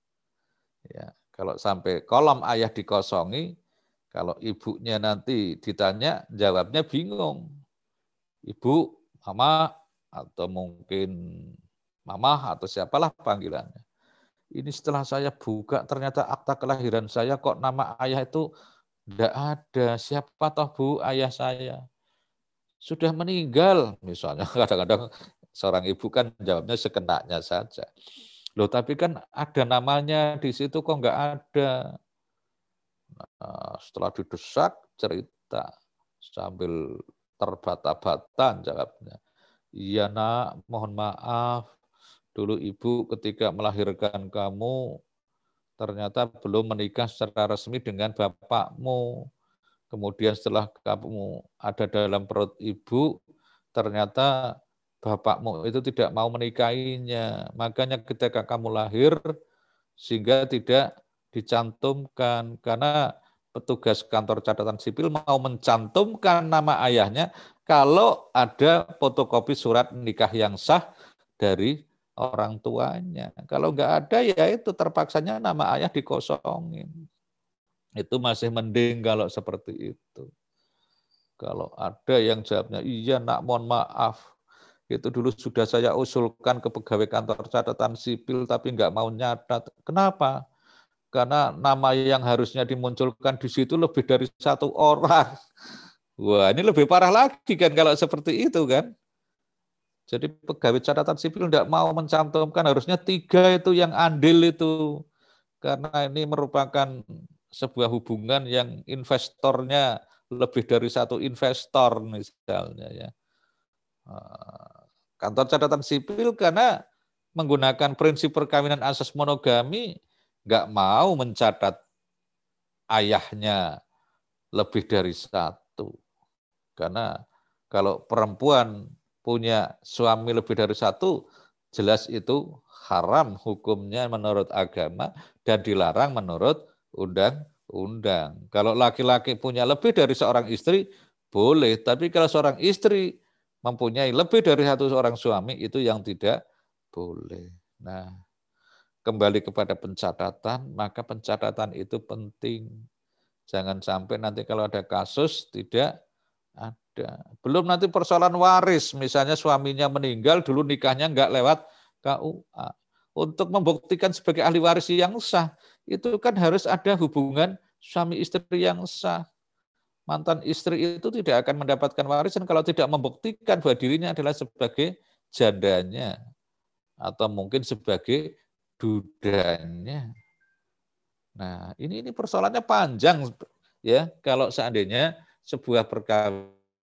Ya, kalau sampai kolom ayah dikosongi, kalau ibunya nanti ditanya, jawabnya bingung. Ibu, mama, atau mungkin mama, atau siapalah panggilannya. Ini setelah saya buka, ternyata akta kelahiran saya kok nama ayah itu tidak ada. Siapa toh bu ayah saya? Sudah meninggal misalnya. Kadang-kadang seorang ibu kan jawabnya sekenaknya saja. Loh tapi kan ada namanya di situ kok nggak ada. Nah, setelah didesak cerita sambil terbata-bata jawabnya. Iya nak, mohon maaf. Dulu ibu ketika melahirkan kamu ternyata belum menikah secara resmi dengan bapakmu. Kemudian setelah kamu ada dalam perut ibu, ternyata bapakmu itu tidak mau menikahinya. Makanya ketika kamu lahir, sehingga tidak dicantumkan. Karena petugas kantor catatan sipil mau mencantumkan nama ayahnya kalau ada fotokopi surat nikah yang sah dari orang tuanya. Kalau nggak ada ya itu terpaksanya nama ayah dikosongin. Itu masih mending kalau seperti itu. Kalau ada yang jawabnya, iya nak mohon maaf, itu dulu sudah saya usulkan ke pegawai kantor catatan sipil tapi nggak mau nyatat. Kenapa? Karena nama yang harusnya dimunculkan di situ lebih dari satu orang. Wah ini lebih parah lagi kan kalau seperti itu kan. Jadi pegawai catatan sipil tidak mau mencantumkan, harusnya tiga itu yang andil itu. Karena ini merupakan sebuah hubungan yang investornya lebih dari satu investor misalnya ya. Kantor catatan sipil karena menggunakan prinsip perkawinan asas monogami nggak mau mencatat ayahnya lebih dari satu. Karena kalau perempuan punya suami lebih dari satu, jelas itu haram hukumnya menurut agama dan dilarang menurut undang-undang. Kalau laki-laki punya lebih dari seorang istri, boleh. Tapi kalau seorang istri mempunyai lebih dari satu seorang suami, itu yang tidak boleh. Nah, kembali kepada pencatatan, maka pencatatan itu penting. Jangan sampai nanti kalau ada kasus tidak ada. Belum nanti persoalan waris, misalnya suaminya meninggal, dulu nikahnya nggak lewat K U A. Untuk membuktikan sebagai ahli waris yang sah, itu kan harus ada hubungan suami istri yang sah. Mantan istri itu tidak akan mendapatkan warisan kalau tidak membuktikan bahwa dirinya adalah sebagai jandanya atau mungkin sebagai dudanya. Nah, ini ini persoalannya panjang ya kalau seandainya sebuah perkawinan.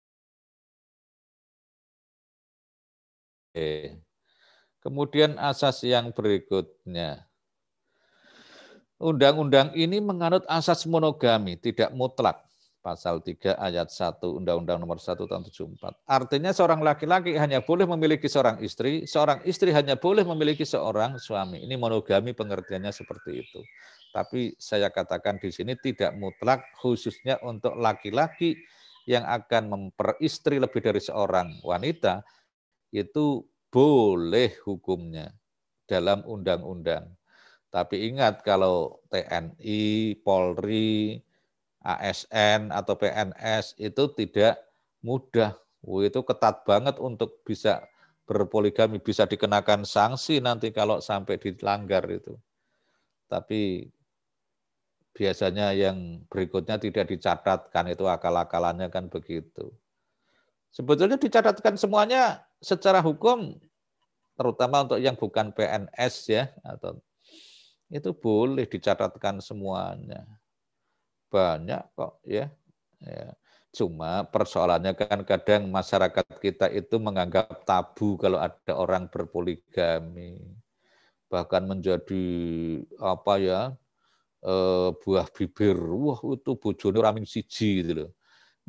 Kemudian asas yang berikutnya. Undang-undang ini menganut asas monogami, tidak mutlak. Pasal tiga ayat satu Undang-Undang nomor satu tahun tujuh puluh empat. Artinya seorang laki-laki hanya boleh memiliki seorang istri, seorang istri hanya boleh memiliki seorang suami. Ini monogami pengertiannya seperti itu. Tapi saya katakan di sini tidak mutlak khususnya untuk laki-laki yang akan memperistri lebih dari seorang wanita, itu boleh hukumnya dalam undang-undang. Tapi ingat kalau T N I, Polri, A S N atau P N S itu tidak mudah. Oh, itu ketat banget untuk bisa berpoligami, bisa dikenakan sanksi nanti kalau sampai dilanggar itu. Tapi biasanya yang berikutnya tidak dicatatkan, itu akal-akalannya kan begitu. Sebetulnya dicatatkan semuanya secara hukum, terutama untuk yang bukan P N S ya, atau itu boleh dicatatkan semuanya. Banyak kok ya. ya. Cuma persoalannya kan kadang masyarakat kita itu menganggap tabu kalau ada orang berpoligami. Bahkan menjadi apa ya, eh, buah bibir, wah itu bojone raming siji gitu loh.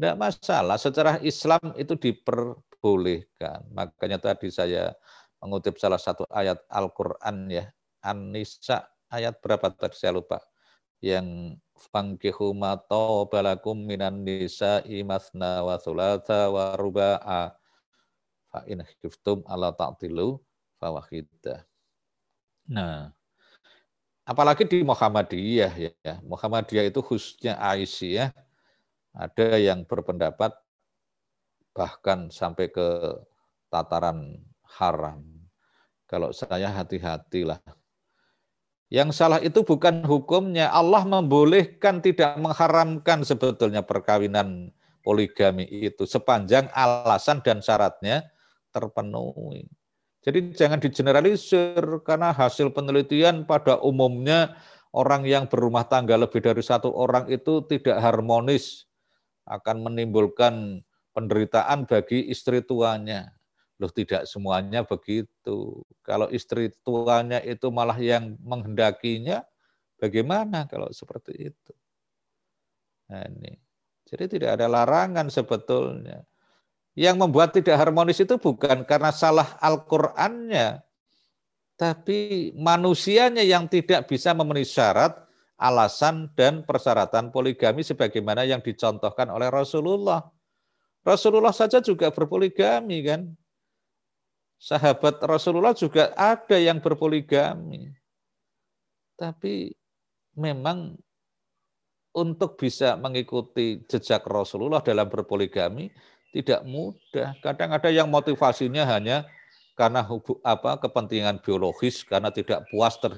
Tidak masalah, secara Islam itu diperbolehkan. Makanya tadi saya mengutip salah satu ayat Al-Quran ya, An-Nisa ayat berapa tadi saya lupa, yang fankihu ma tawbalakum minan nisa'i mathna wa thulatha wa ruba'a fa in khiftum ala ta'tilu fawahidah. Nah, apalagi di Muhammadiyah ya, Muhammadiyah itu khususnya Aisyah, ada yang berpendapat bahkan sampai ke tataran haram. Kalau saya hati-hatilah. Yang salah itu bukan hukumnya. Allah membolehkan, tidak mengharamkan sebetulnya perkawinan poligami itu sepanjang alasan dan syaratnya terpenuhi. Jadi jangan digeneralisir karena hasil penelitian pada umumnya orang yang berumah tangga lebih dari satu orang itu tidak harmonis, akan menimbulkan penderitaan bagi istri tuanya. Loh, tidak semuanya begitu. Kalau istri tuanya itu malah yang menghendakinya, bagaimana kalau seperti itu? Nah, ini. Jadi tidak ada larangan sebetulnya. Yang membuat tidak harmonis itu bukan karena salah Al-Qur'annya, tapi manusianya yang tidak bisa memenuhi syarat, alasan, dan persyaratan poligami sebagaimana yang dicontohkan oleh Rasulullah. Rasulullah saja juga berpoligami kan? Sahabat Rasulullah juga ada yang berpoligami. Tapi memang untuk bisa mengikuti jejak Rasulullah dalam berpoligami tidak mudah. Kadang ada yang motivasinya hanya karena hubu, apa, kepentingan biologis, karena tidak puas ter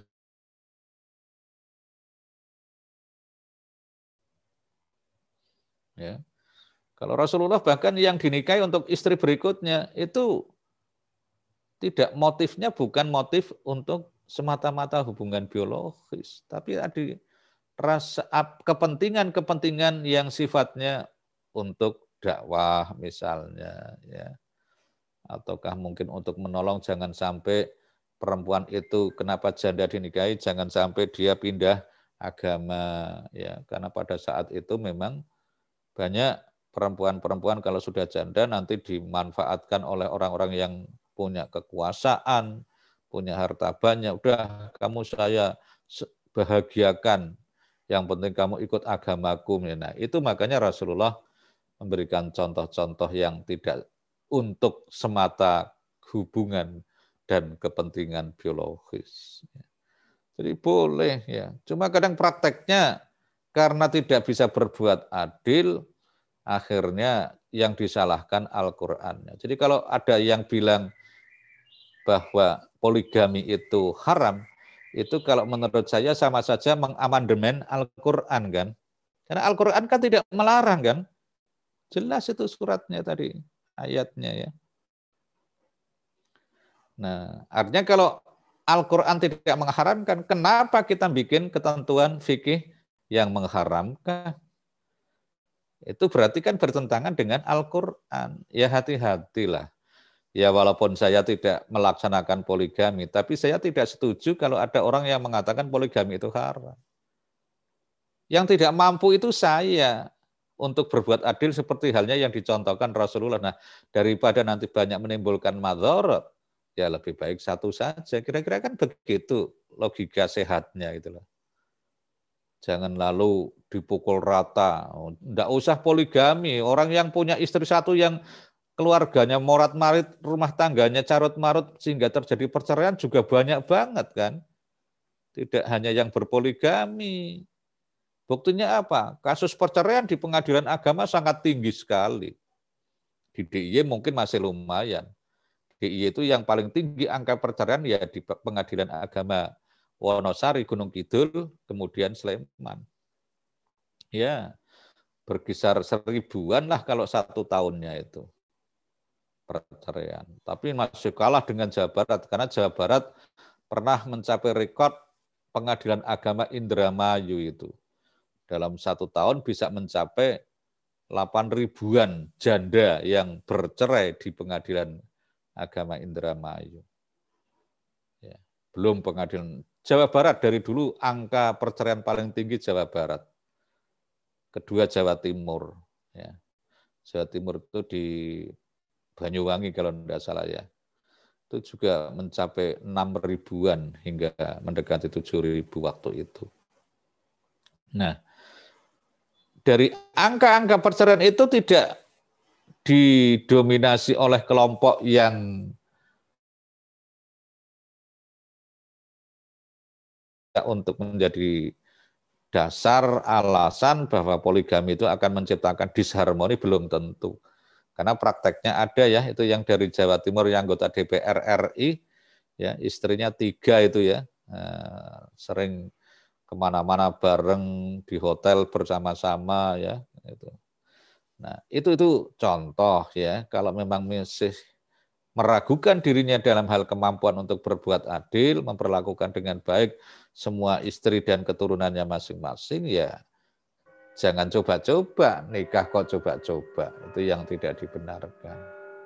ya. Kalau Rasulullah bahkan yang dinikahi untuk istri berikutnya itu tidak, motifnya bukan motif untuk semata-mata hubungan biologis, tapi ada rasa kepentingan-kepentingan yang sifatnya untuk dakwah misalnya, ya, ataukah mungkin untuk menolong jangan sampai perempuan itu, kenapa janda dinikahi, jangan sampai dia pindah agama, ya, karena pada saat itu memang banyak perempuan-perempuan kalau sudah janda nanti dimanfaatkan oleh orang-orang yang punya kekuasaan, punya harta banyak, udah kamu saya bahagiakan, yang penting kamu ikut agamaku. Nah, itu makanya Rasulullah memberikan contoh-contoh yang tidak untuk semata hubungan dan kepentingan biologis. Jadi boleh ya. Cuma kadang prakteknya karena tidak bisa berbuat adil, akhirnya yang disalahkan Al-Qur'annya. Jadi kalau ada yang bilang bahwa poligami itu haram, itu kalau menurut saya sama saja mengamandemen Al-Qur'an kan. Karena Al-Qur'an kan tidak melarang kan. Jelas itu suratnya tadi, ayatnya ya. Nah, artinya kalau Al-Qur'an tidak mengharamkan, kenapa kita bikin ketentuan fikih yang mengharamkan? Itu berarti kan bertentangan dengan Al-Qur'an. Ya hati-hatilah. Ya walaupun saya tidak melaksanakan poligami, tapi saya tidak setuju kalau ada orang yang mengatakan poligami itu haram. Yang tidak mampu itu saya untuk berbuat adil seperti halnya yang dicontohkan Rasulullah. Nah, daripada nanti banyak menimbulkan madharat, ya lebih baik satu saja. Kira-kira kan begitu logika sehatnya itu loh. Jangan lalu dipukul rata. Tidak usah poligami. Orang yang punya istri satu yang keluarganya morat-marit, rumah tangganya carut-marut sehingga terjadi perceraian juga banyak banget kan. Tidak hanya yang berpoligami. Buktinya apa? Kasus perceraian di pengadilan agama sangat tinggi sekali. Di D I Y mungkin masih lumayan. D I Y itu yang paling tinggi angka perceraian ya di pengadilan agama Wonosari, Gunung Kidul, kemudian Sleman. Ya, berkisar seribuan lah kalau satu tahunnya itu perceraian. Tapi masih kalah dengan Jawa Barat, karena Jawa Barat pernah mencapai rekor pengadilan agama Indramayu itu. Dalam satu tahun bisa mencapai delapan ribuan janda yang bercerai di pengadilan agama Indramayu. Ya, belum pengadilan Jawa Barat, dari dulu angka perceraian paling tinggi Jawa Barat. Kedua Jawa Timur. Ya. Jawa Timur itu di Banyuwangi kalau tidak salah ya. Itu juga mencapai enam ribuan hingga mendekati tujuh ribu waktu itu. Nah, dari angka-angka perceraian itu tidak didominasi oleh kelompok yang untuk menjadi dasar alasan bahwa poligami itu akan menciptakan disharmoni, belum tentu. Karena prakteknya ada ya, itu yang dari Jawa Timur yang anggota D P R R I, ya istrinya tiga itu ya, eh, sering kemana-mana bareng di hotel bersama-sama ya. Itu. Nah itu itu contoh ya, kalau memang masih meragukan dirinya dalam hal kemampuan untuk berbuat adil, memperlakukan dengan baik semua istri dan keturunannya masing-masing, ya jangan coba-coba nikah kok coba-coba, itu yang tidak dibenarkan.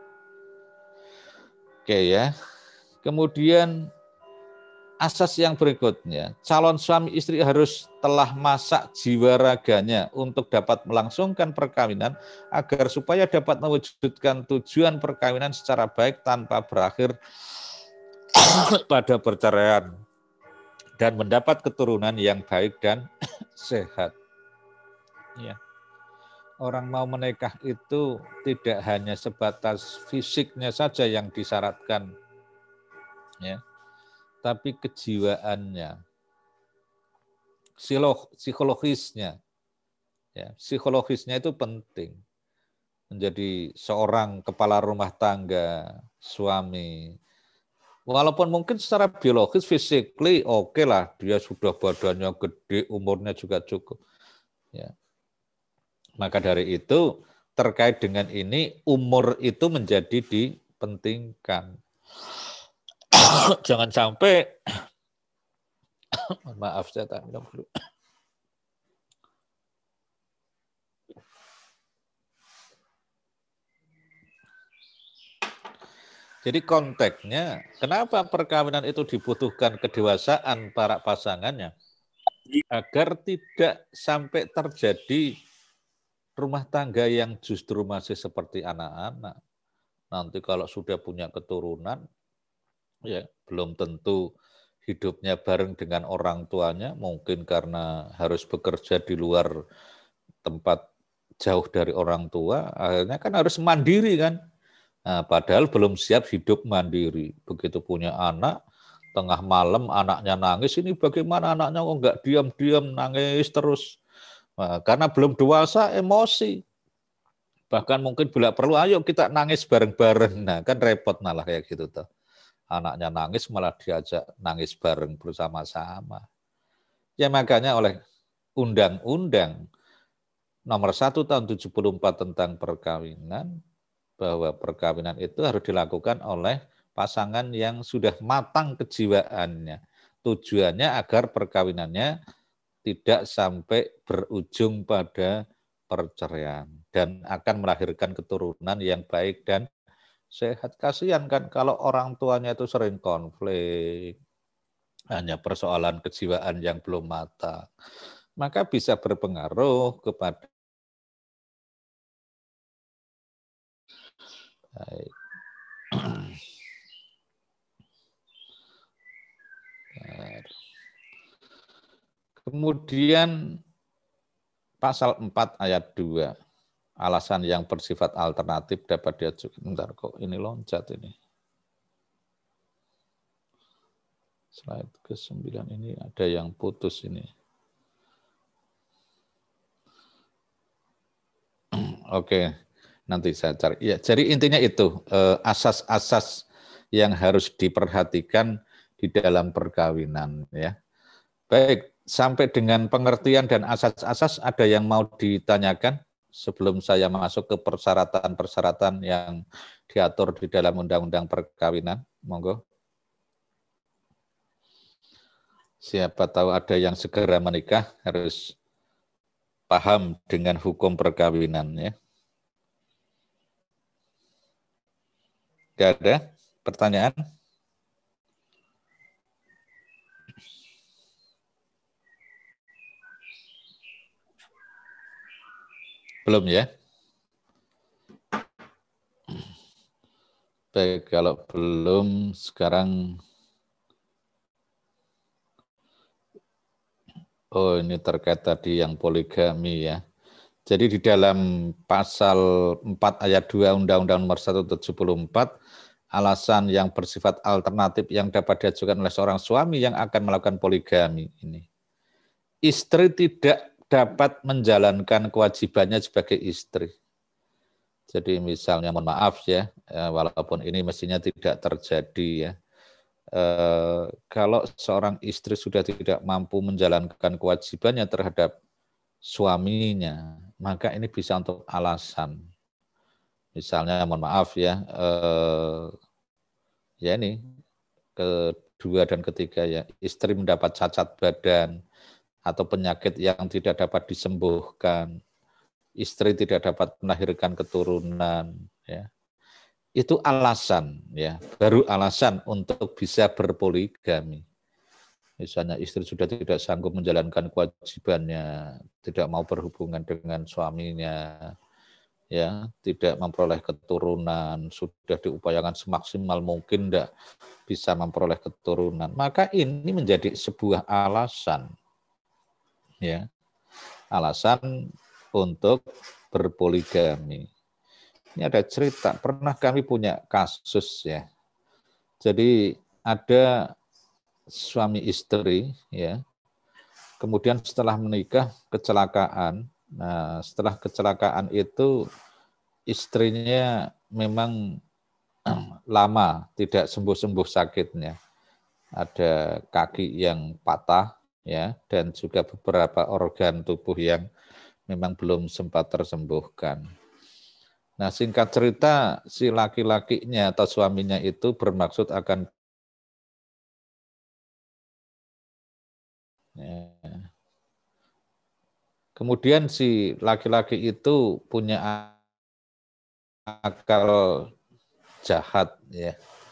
Oke ya. Kemudian asas yang berikutnya, calon suami istri harus telah masak jiwa raganya untuk dapat melangsungkan perkawinan agar supaya dapat mewujudkan tujuan perkawinan secara baik tanpa berakhir pada perceraian dan mendapat keturunan yang baik dan sehat. Ya. Orang mau menikah itu tidak hanya sebatas fisiknya saja yang disyaratkan, ya, tapi kejiwaannya, psikologisnya, ya, psikologisnya itu penting. Menjadi seorang kepala rumah tangga, suami, walaupun mungkin secara biologis, physically oke okay lah, dia sudah badannya gede, umurnya juga cukup, ya. Maka dari itu terkait dengan ini umur itu menjadi dipentingkan. Jangan sampai maaf saya tak minum dulu. Jadi konteksnya kenapa perkawinan itu dibutuhkan kedewasaan para pasangannya agar tidak sampai terjadi rumah tangga yang justru masih seperti anak-anak. Nanti kalau sudah punya keturunan, ya belum tentu hidupnya bareng dengan orang tuanya, mungkin karena harus bekerja di luar tempat jauh dari orang tua, akhirnya kan harus mandiri kan. Nah, padahal belum siap hidup mandiri. Begitu punya anak, tengah malam anaknya nangis, ini bagaimana anaknya kok nggak diam-diam nangis terus. Nah, karena belum dewasa, emosi. Bahkan mungkin bila perlu, ayo kita nangis bareng-bareng. Nah, kan repot malah kayak gitu tuh. Anaknya nangis malah diajak nangis bareng bersama-sama. Ya makanya oleh undang-undang nomor satu tahun tujuh puluh empat tentang perkawinan, bahwa perkawinan itu harus dilakukan oleh pasangan yang sudah matang kejiwaannya. Tujuannya agar perkawinannya tidak sampai berujung pada perceraian dan akan melahirkan keturunan yang baik dan sehat. Kasihan kan kalau orang tuanya itu sering konflik, hanya persoalan kejiwaan yang belum matang, maka bisa berpengaruh kepada baik. Kemudian pasal empat ayat dua, alasan yang bersifat alternatif dapat diajukan. Bentar kok ini loncat ini. Slide ke sembilan ini ada yang putus ini. Oke, nanti saya cari. Ya, jadi intinya itu, asas-asas yang harus diperhatikan di dalam perkawinan ya. Baik, sampai dengan pengertian dan asas-asas ada yang mau ditanyakan sebelum saya masuk ke persyaratan-persyaratan yang diatur di dalam undang-undang perkawinan. Monggo. Siapa tahu ada yang segera menikah harus paham dengan hukum perkawinan ya. Tidak ada pertanyaan? Belum ya? Baik, kalau belum sekarang. Oh, ini terkait tadi yang poligami ya. Jadi di dalam pasal empat ayat dua Undang-Undang Nomor satu tahun tujuh puluh empat, alasan yang bersifat alternatif yang dapat diajukan oleh seorang suami yang akan melakukan poligami ini. Istri tidak dapat menjalankan kewajibannya sebagai istri. Jadi misalnya, mohon maaf ya, walaupun ini mestinya tidak terjadi ya. Eh, kalau seorang istri sudah tidak mampu menjalankan kewajibannya terhadap suaminya, maka ini bisa untuk alasan. Misalnya, mohon maaf ya, eh, ya ini kedua dan ketiga ya, istri mendapat cacat badan atau penyakit yang tidak dapat disembuhkan, istri tidak dapat melahirkan keturunan, ya. Itu alasan ya, baru alasan untuk bisa berpoligami. Misalnya istri sudah tidak sanggup menjalankan kewajibannya, tidak mau berhubungan dengan suaminya, ya, tidak memperoleh keturunan, sudah diupayakan semaksimal mungkin tidak bisa memperoleh keturunan, maka ini menjadi sebuah alasan, ya, alasan untuk berpoligami. Ini ada cerita, pernah kami punya kasus ya. Jadi ada suami istri ya. Kemudian setelah menikah kecelakaan. Nah, setelah kecelakaan itu istrinya memang lama tidak sembuh-sembuh sakitnya. Ada kaki yang patah ya, dan juga beberapa organ tubuh yang memang belum sempat tersembuhkan. Nah, singkat cerita, si laki-lakinya atau suaminya itu bermaksud akan ya. Kemudian si laki-laki itu punya akal jahat ya.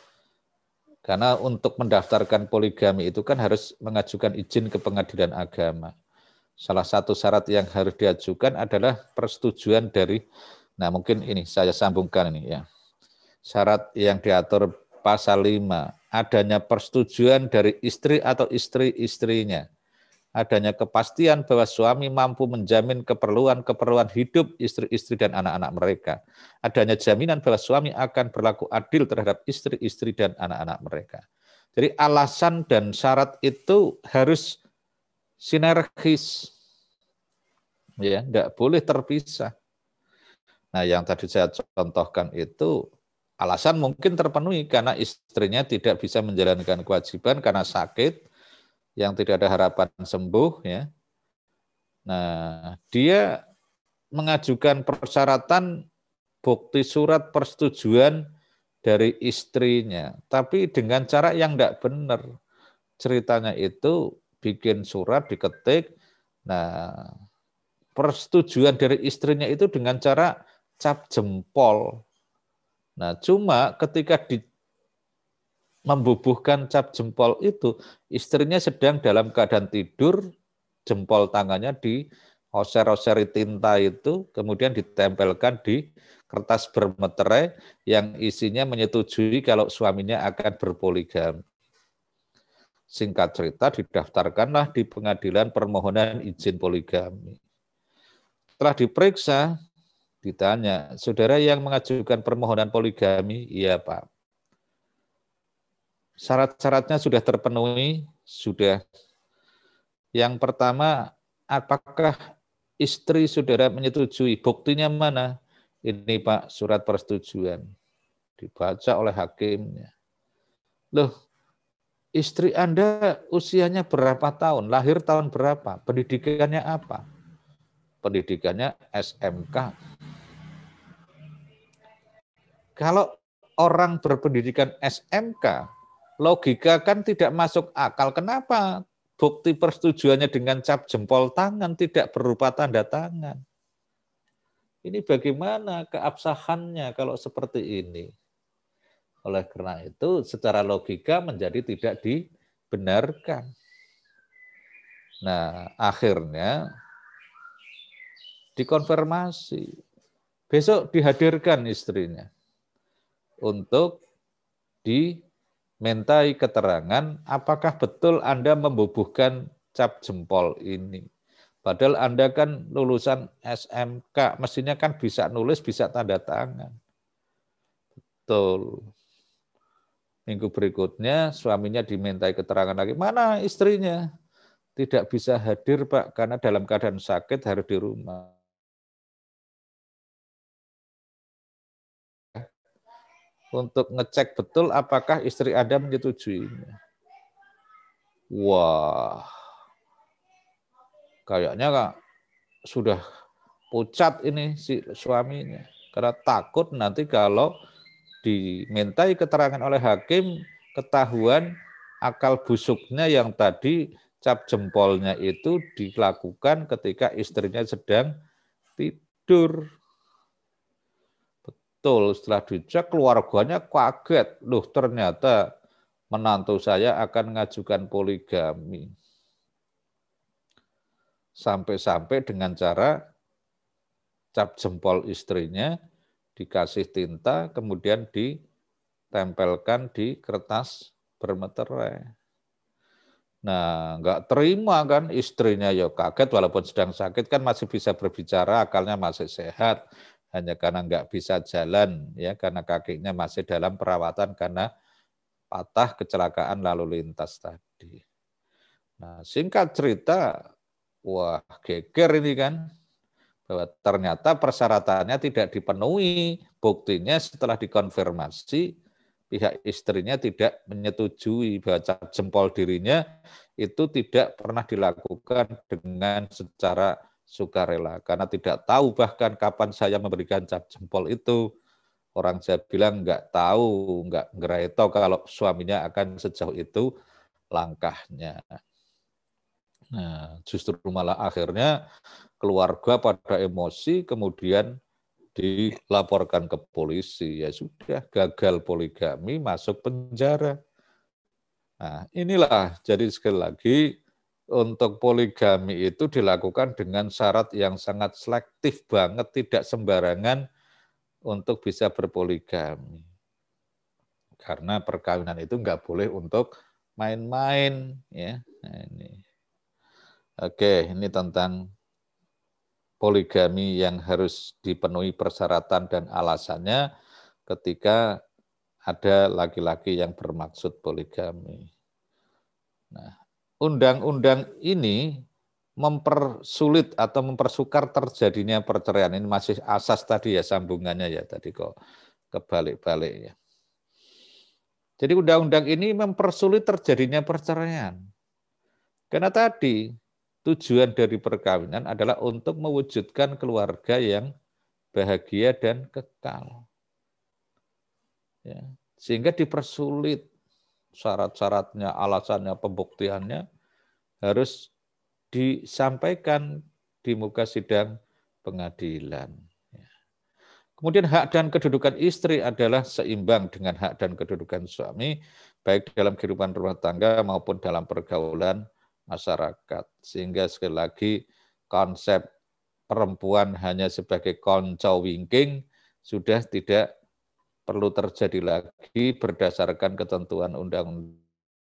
Karena untuk mendaftarkan poligami itu kan harus mengajukan izin ke pengadilan agama. Salah satu syarat yang harus diajukan adalah persetujuan dari, nah mungkin ini saya sambungkan ini ya. Syarat yang diatur pasal lima, adanya persetujuan dari istri atau istri-istrinya. Adanya kepastian bahwa suami mampu menjamin keperluan-keperluan hidup istri-istri dan anak-anak mereka. Adanya jaminan bahwa suami akan berlaku adil terhadap istri-istri dan anak-anak mereka. Jadi alasan dan syarat itu harus sinergis. Ya, enggak boleh terpisah. Nah, yang tadi saya contohkan itu alasan mungkin terpenuhi karena istrinya tidak bisa menjalankan kewajiban karena sakit, yang tidak ada harapan sembuh ya. Nah, dia mengajukan persyaratan bukti surat persetujuan dari istrinya, tapi dengan cara yang tidak benar. Ceritanya itu bikin surat diketik, nah persetujuan dari istrinya itu dengan cara cap jempol. Nah, cuma ketika di membubuhkan cap jempol itu, istrinya sedang dalam keadaan tidur, jempol tangannya di oser-oseri tinta itu, kemudian ditempelkan di kertas bermeterai yang isinya menyetujui kalau suaminya akan berpoligami. Singkat cerita, didaftarkanlah di pengadilan permohonan izin poligami. Setelah diperiksa, ditanya, saudara yang mengajukan permohonan poligami? Iya Pak. Syarat-syaratnya sudah terpenuhi, sudah. Yang pertama, apakah istri saudara menyetujui? Buktinya mana? Ini Pak, surat persetujuan. Dibaca oleh hakimnya. Loh, istri Anda usianya berapa tahun? Lahir tahun berapa? Pendidikannya apa? Pendidikannya S M K. Kalau orang berpendidikan S M K, logika kan tidak masuk akal. Kenapa bukti persetujuannya dengan cap jempol tangan tidak berupa tanda tangan? Ini bagaimana keabsahannya kalau seperti ini? Oleh karena itu, secara logika menjadi tidak dibenarkan. Nah, akhirnya dikonfirmasi. Besok dihadirkan istrinya untuk dimintai keterangan apakah betul Anda membubuhkan cap jempol ini. Padahal Anda kan lulusan S M K, mestinya kan bisa nulis, bisa tanda tangan. Betul. Minggu berikutnya suaminya dimintai keterangan lagi, mana istrinya? Tidak bisa hadir Pak, karena dalam keadaan sakit harus di rumah. Untuk ngecek betul apakah istri Anda menyetujuinya. Wah, kayaknya Kak, sudah pucat ini si suaminya. Karena takut nanti kalau dimintai keterangan oleh hakim, ketahuan akal busuknya yang tadi cap jempolnya itu dilakukan ketika istrinya sedang tidur. Betul, setelah dicek keluarganya kaget. Loh, ternyata menantu saya akan mengajukan poligami. Sampai-sampai dengan cara cap jempol istrinya dikasih tinta, kemudian ditempelkan di kertas bermeterai. Nah, nggak terima kan istrinya, ya kaget walaupun sedang sakit kan masih bisa berbicara, akalnya masih sehat. Hanya karena nggak bisa jalan, ya karena kakinya masih dalam perawatan karena patah kecelakaan lalu lintas tadi. Nah, singkat cerita, wah geger ini kan, bahwa ternyata persyaratannya tidak dipenuhi. Buktinya setelah dikonfirmasi, pihak istrinya tidak menyetujui bahwa cap jempol dirinya itu tidak pernah dilakukan dengan secara sukarela. Karena tidak tahu bahkan kapan saya memberikan cap jempol itu. Orang saya bilang nggak tahu, nggak ngereto kalau suaminya akan sejauh itu langkahnya. Nah, justru malah akhirnya keluarga pada emosi, kemudian dilaporkan ke polisi. Ya sudah, gagal poligami, masuk penjara. Nah, inilah, jadi sekali lagi, untuk poligami itu dilakukan dengan syarat yang sangat selektif banget, tidak sembarangan untuk bisa berpoligami. Karena perkawinan itu nggak boleh untuk main-main. Ya. Nah, ini. Oke, ini tentang poligami yang harus dipenuhi persyaratan dan alasannya ketika ada laki-laki yang bermaksud poligami. Nah, undang-undang ini mempersulit atau mempersukar terjadinya perceraian. Ini masih asas tadi ya, sambungannya ya tadi kok kebalik-balik ya. Jadi undang-undang ini mempersulit terjadinya perceraian. Karena tadi tujuan dari perkawinan adalah untuk mewujudkan keluarga yang bahagia dan kekal. Ya, sehingga dipersulit syarat-syaratnya, alasannya, pembuktiannya harus disampaikan di muka sidang pengadilan. Kemudian hak dan kedudukan istri adalah seimbang dengan hak dan kedudukan suami, baik dalam kehidupan rumah tangga maupun dalam pergaulan masyarakat. Sehingga sekali lagi konsep perempuan hanya sebagai konco wingking sudah tidak perlu terjadi lagi berdasarkan ketentuan undang-undang.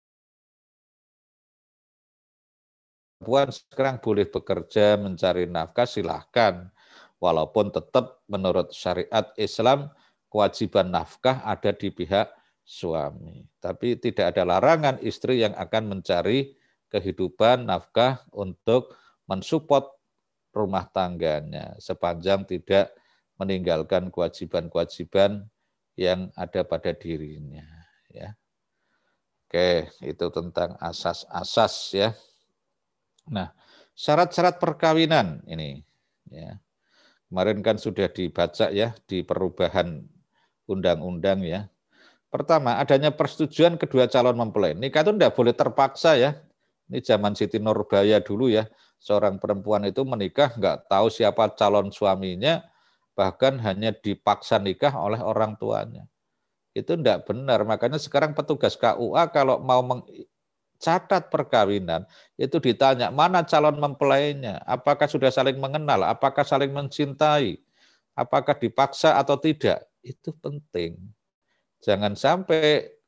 Perempuan sekarang boleh bekerja, mencari nafkah, silahkan. Walaupun tetap menurut syariat Islam, kewajiban nafkah ada di pihak suami. Tapi tidak ada larangan istri yang akan mencari kehidupan nafkah untuk mensupport rumah tangganya, sepanjang tidak meninggalkan kewajiban-kewajiban yang ada pada dirinya. Ya. Oke, itu tentang asas-asas ya. Nah, syarat-syarat perkawinan ini, ya. Kemarin kan sudah dibaca ya di perubahan undang-undang ya. Pertama, adanya persetujuan kedua calon mempelai. Nikah itu tidak boleh terpaksa ya. Ini zaman Siti Nurbaya dulu ya. Seorang perempuan itu menikah nggak tahu siapa calon suaminya, bahkan hanya dipaksa nikah oleh orang tuanya. Itu tidak benar. Makanya sekarang petugas K U A kalau mau mencatat perkawinan, itu ditanya mana calon mempelainya, apakah sudah saling mengenal, apakah saling mencintai, apakah dipaksa atau tidak. Itu penting. Jangan sampai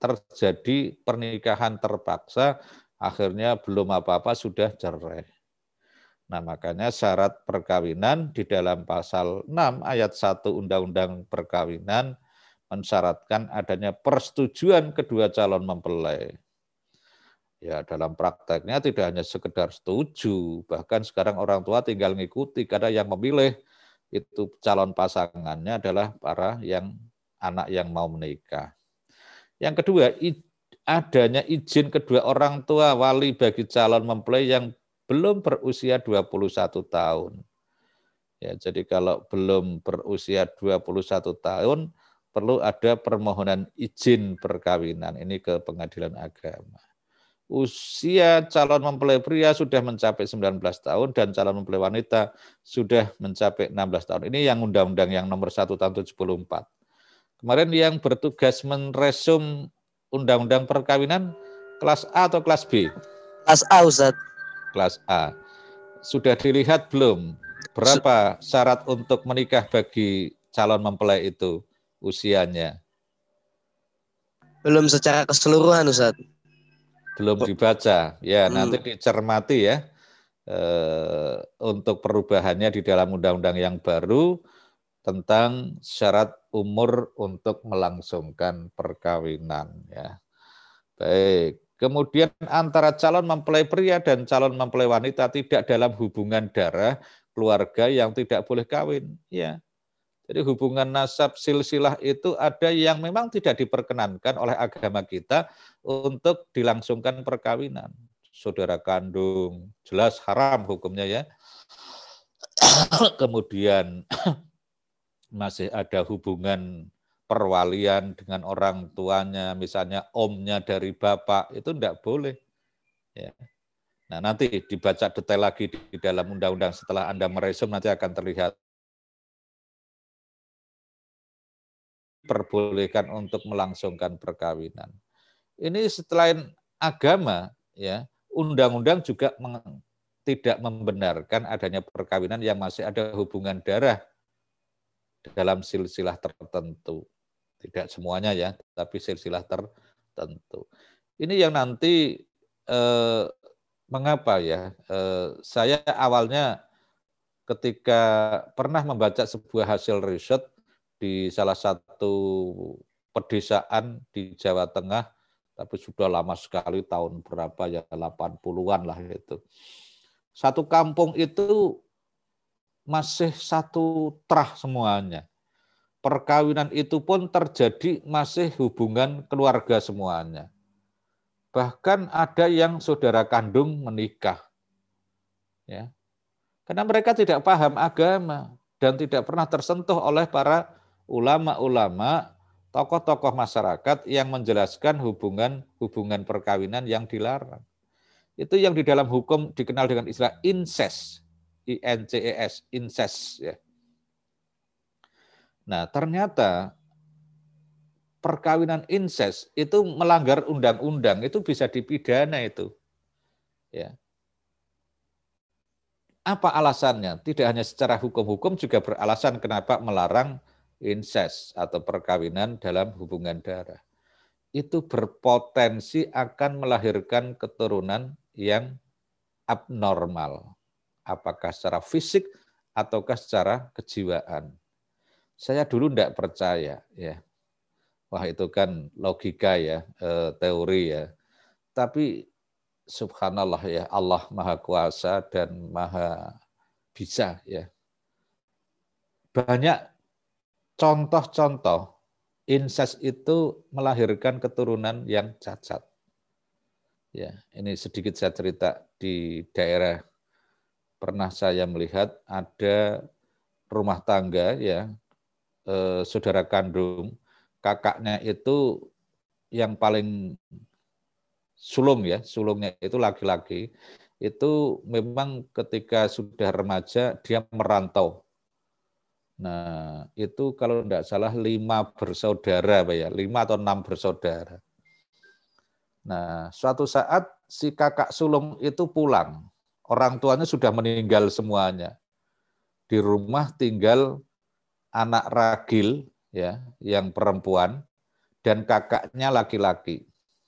terjadi pernikahan terpaksa, akhirnya belum apa-apa sudah cerai. Nah, makanya syarat perkawinan di dalam pasal enam ayat satu Undang-Undang Perkawinan mensyaratkan adanya persetujuan kedua calon mempelai. Ya, dalam prakteknya tidak hanya sekedar setuju, bahkan sekarang orang tua tinggal mengikuti karena yang memilih itu calon pasangannya adalah para yang anak yang mau menikah. Yang kedua, adanya izin kedua orang tua wali bagi calon mempelai yang belum berusia dua puluh satu tahun. Ya, jadi kalau belum berusia dua puluh satu tahun perlu ada permohonan izin perkawinan ini ke pengadilan agama. Usia calon mempelai pria sudah mencapai sembilan belas tahun dan calon mempelai wanita sudah mencapai enam belas tahun. Ini yang undang-undang yang nomor satu tahun tujuh puluh empat. Kemarin yang bertugas meresum undang-undang perkawinan kelas A atau kelas B? Kelas A, Ustaz. Kelas A. Sudah dilihat belum berapa syarat untuk menikah bagi calon mempelai itu usianya? Belum secara keseluruhan, Ustaz. Belum dibaca, ya Hmm. nanti dicermati ya eh, untuk perubahannya di dalam undang-undang yang baru tentang syarat umur untuk melangsungkan perkawinan ya. Baik, kemudian antara calon mempelai pria dan calon mempelai wanita tidak dalam hubungan darah keluarga yang tidak boleh kawin ya. Jadi hubungan nasab silsilah itu ada yang memang tidak diperkenankan oleh agama kita untuk dilangsungkan perkawinan. Saudara kandung, jelas haram hukumnya ya. Kemudian masih ada hubungan perwalian dengan orang tuanya, misalnya omnya dari bapak, itu tidak boleh. Ya. Nah nanti dibaca detail lagi di dalam undang-undang setelah Anda meresum nanti akan terlihat. Perbolehkan untuk melangsungkan perkawinan. Ini selain agama, ya, undang-undang juga meng, tidak membenarkan adanya perkawinan yang masih ada hubungan darah dalam silsilah tertentu. Tidak semuanya ya, tapi silsilah tertentu. Ini yang nanti eh, mengapa ya? Eh, saya awalnya ketika pernah membaca sebuah hasil riset di salah satu pedesaan di Jawa Tengah, tapi sudah lama sekali, tahun berapa ya, delapan puluhan lah itu. Satu kampung itu masih satu terah semuanya. Perkawinan itu pun terjadi masih hubungan keluarga semuanya. Bahkan ada yang saudara kandung menikah. Ya. Karena mereka tidak paham agama dan tidak pernah tersentuh oleh para ulama-ulama, tokoh-tokoh masyarakat yang menjelaskan hubungan-hubungan perkawinan yang dilarang. Itu yang di dalam hukum dikenal dengan istilah incest, I N C E S, incest. Ya. Nah, ternyata perkawinan incest itu melanggar undang-undang, itu bisa dipidana itu. Ya. Apa alasannya? Tidak hanya secara hukum-hukum juga beralasan kenapa melarang incest atau perkawinan dalam hubungan darah. Itu berpotensi akan melahirkan keturunan yang abnormal. Apakah secara fisik ataukah secara kejiwaan. Saya dulu tidak percaya ya. Wah itu kan logika ya, teori ya. Tapi subhanallah ya, Allah Maha Kuasa dan Maha Bisa ya. Banyak contoh-contoh incest itu melahirkan keturunan yang cacat. Ya, ini sedikit saya cerita di daerah pernah saya melihat ada rumah tangga ya, eh, saudara kandung, kakaknya itu yang paling sulung ya, sulungnya itu laki-laki, itu memang ketika sudah remaja dia merantau. Nah, itu kalau tidak salah lima bersaudara, Pak ya, lima atau enam bersaudara. Nah, suatu saat si kakak sulung itu pulang, orang tuanya sudah meninggal semuanya. Di rumah tinggal anak ragil ya, yang perempuan dan kakaknya laki-laki.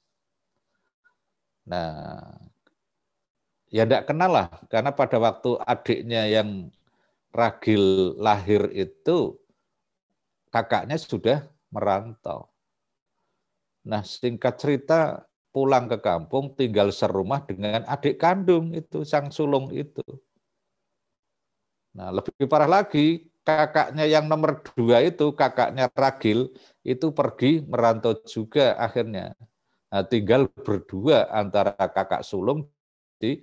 Nah, ya tidak kenal lah, karena pada waktu adiknya yang ragil lahir itu, kakaknya sudah merantau. Nah, singkat cerita, pulang ke kampung, tinggal serumah dengan adik kandung itu, sang sulung itu. Nah, lebih parah lagi, kakaknya yang nomor dua itu, kakaknya ragil, itu pergi merantau juga akhirnya. Nah, tinggal berdua antara kakak sulung di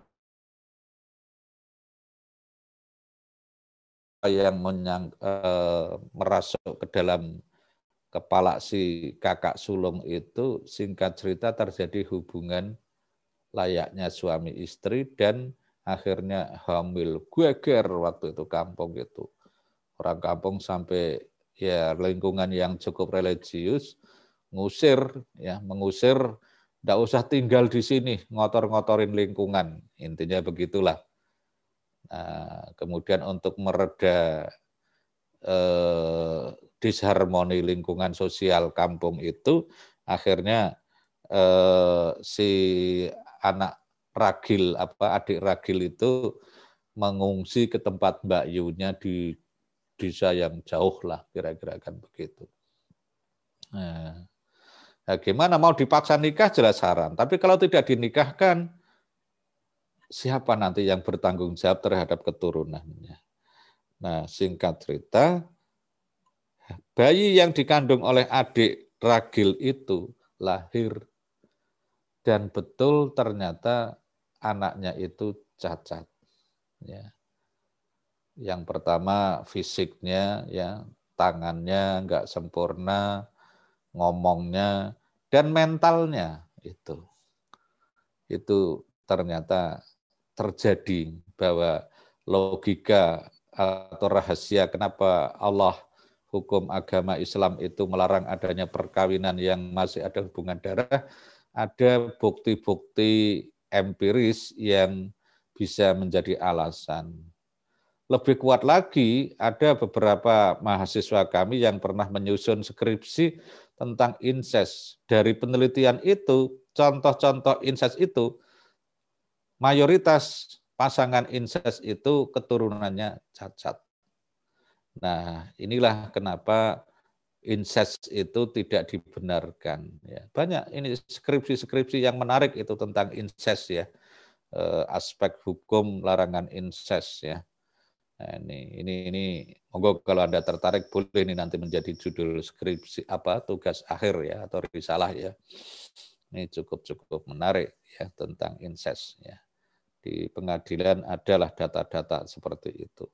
yang menyang, eh, merasuk ke dalam kepala si kakak sulung itu, singkat cerita terjadi hubungan layaknya suami istri dan akhirnya hamil. Geger waktu itu kampung itu. Orang kampung sampai ya lingkungan yang cukup religius ngusir ya, mengusir, tidak usah tinggal di sini, ngotor-ngotorin lingkungan. Intinya begitulah. Nah, kemudian untuk mereda eh, disharmoni lingkungan sosial kampung itu, akhirnya eh, si anak ragil, apa adik ragil itu mengungsi ke tempat Mbak Yunya di desa yang jauh lah, kira-kira kan begitu. Nah, nah, gimana mau dipaksa nikah jelas haram. Tapi kalau tidak dinikahkan, siapa nanti yang bertanggung jawab terhadap keturunannya? Nah, singkat cerita, bayi yang dikandung oleh adik ragil itu lahir. Dan betul ternyata anaknya itu cacat. Ya. Yang pertama fisiknya, ya, tangannya nggak sempurna, ngomongnya, dan mentalnya itu. Itu ternyata terjadi bahwa logika atau rahasia kenapa Allah hukum agama Islam itu melarang adanya perkawinan yang masih ada hubungan darah, ada bukti-bukti empiris yang bisa menjadi alasan. Lebih kuat lagi, ada beberapa mahasiswa kami yang pernah menyusun skripsi tentang insest. Dari penelitian itu, contoh-contoh insest itu, mayoritas pasangan insest itu keturunannya cacat. Nah, inilah kenapa insest itu tidak dibenarkan. Ya, banyak ini skripsi-skripsi yang menarik itu tentang insest ya, aspek hukum larangan insest ya. Nah, ini ini ini monggo kalau Anda tertarik boleh ini nanti menjadi judul skripsi apa tugas akhir ya atau risalah ya. Ini cukup-cukup menarik ya tentang insest ya. Di pengadilan adalah data-data seperti itu.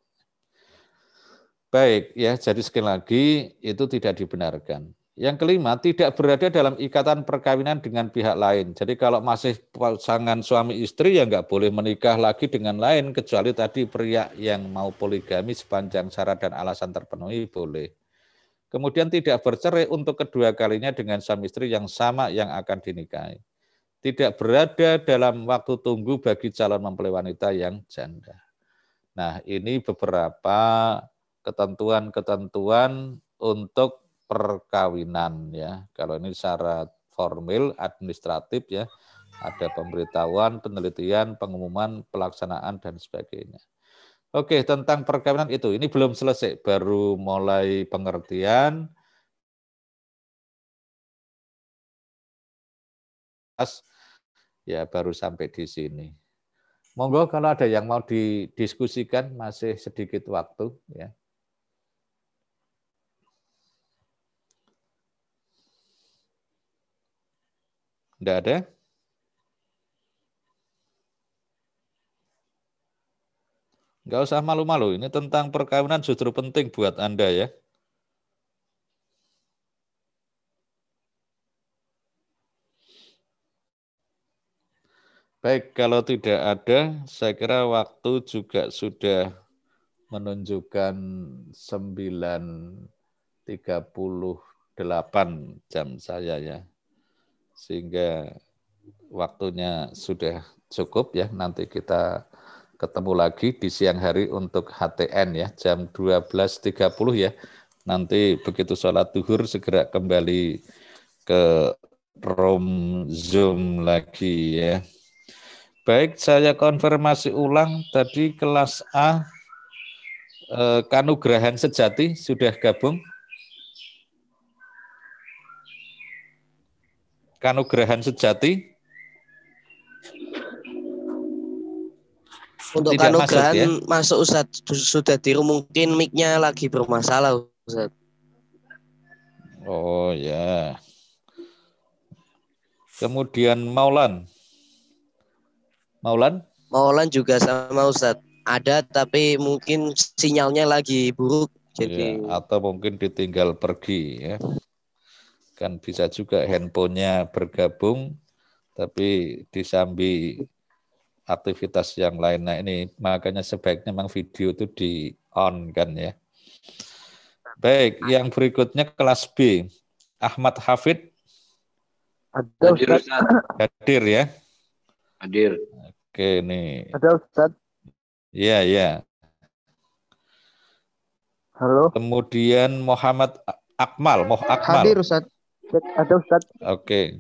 Baik ya, jadi sekali lagi itu tidak dibenarkan. Yang kelima, tidak berada dalam ikatan perkawinan dengan pihak lain. Jadi kalau masih pasangan suami istri ya nggak boleh menikah lagi dengan lain, kecuali tadi pria yang mau poligami sepanjang syarat dan alasan terpenuhi boleh. Kemudian tidak bercerai untuk kedua kalinya dengan suami istri yang sama yang akan dinikahi. Tidak berada dalam waktu tunggu bagi calon mempelai wanita yang janda. Nah, ini beberapa ketentuan-ketentuan untuk perkawinan ya. Kalau ini syarat formil administratif ya, ada pemberitahuan, penelitian, pengumuman, pelaksanaan dan sebagainya. Oke, tentang perkawinan itu ini belum selesai, baru mulai pengertian. Ya baru sampai di sini. Monggo kalau ada yang mau didiskusikan, masih sedikit waktu ya. Tidak ada? Enggak usah malu-malu, ini tentang perkawinan justru penting buat Anda ya. Baik, kalau tidak ada, saya kira waktu juga sudah menunjukkan sembilan tiga puluh delapan jam saya ya. Sehingga waktunya sudah cukup ya, nanti kita ketemu lagi di siang hari untuk H T N ya, jam dua belas tiga puluh ya. Nanti begitu sholat duhur segera kembali ke room Zoom lagi ya. Baik, saya konfirmasi ulang tadi kelas A eh, Kanugrahan Sejati sudah gabung. Kanugrahan Sejati. Untuk Tidak kanugrahan masuk, ya? masuk Ustadz, sudah tiru, mungkin mic-nya lagi bermasalah Ustadz. Oh ya. Kemudian Maulan. Maulan? Maulan juga sama Ustadz. Ada tapi mungkin sinyalnya lagi buruk. Jadi Ya, atau mungkin ditinggal pergi ya. Kan bisa juga handphonenya bergabung tapi disambi aktivitas yang lain. Nah ini makanya sebaiknya memang video itu di on kan ya. Baik, yang berikutnya kelas B. Ahmad Hafid. Ada Hadir Ustaz. Ustaz. Hadir ya. Hadir. Oke nih. Ada Ustaz. Iya, ya. Halo. Kemudian Muhammad Akmal, Moh Akmal. Hadir Ustaz. Ada Ustaz. Oke.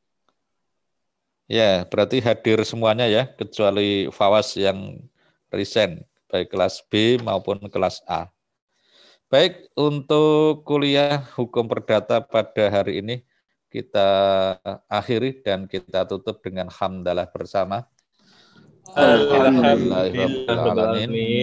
Ya, berarti hadir semuanya ya, kecuali Fawas yang resign, baik kelas B maupun kelas A. Baik, untuk kuliah hukum perdata pada hari ini kita akhiri dan kita tutup dengan hamdalah bersama. Alhamdulillahirabbil alamin.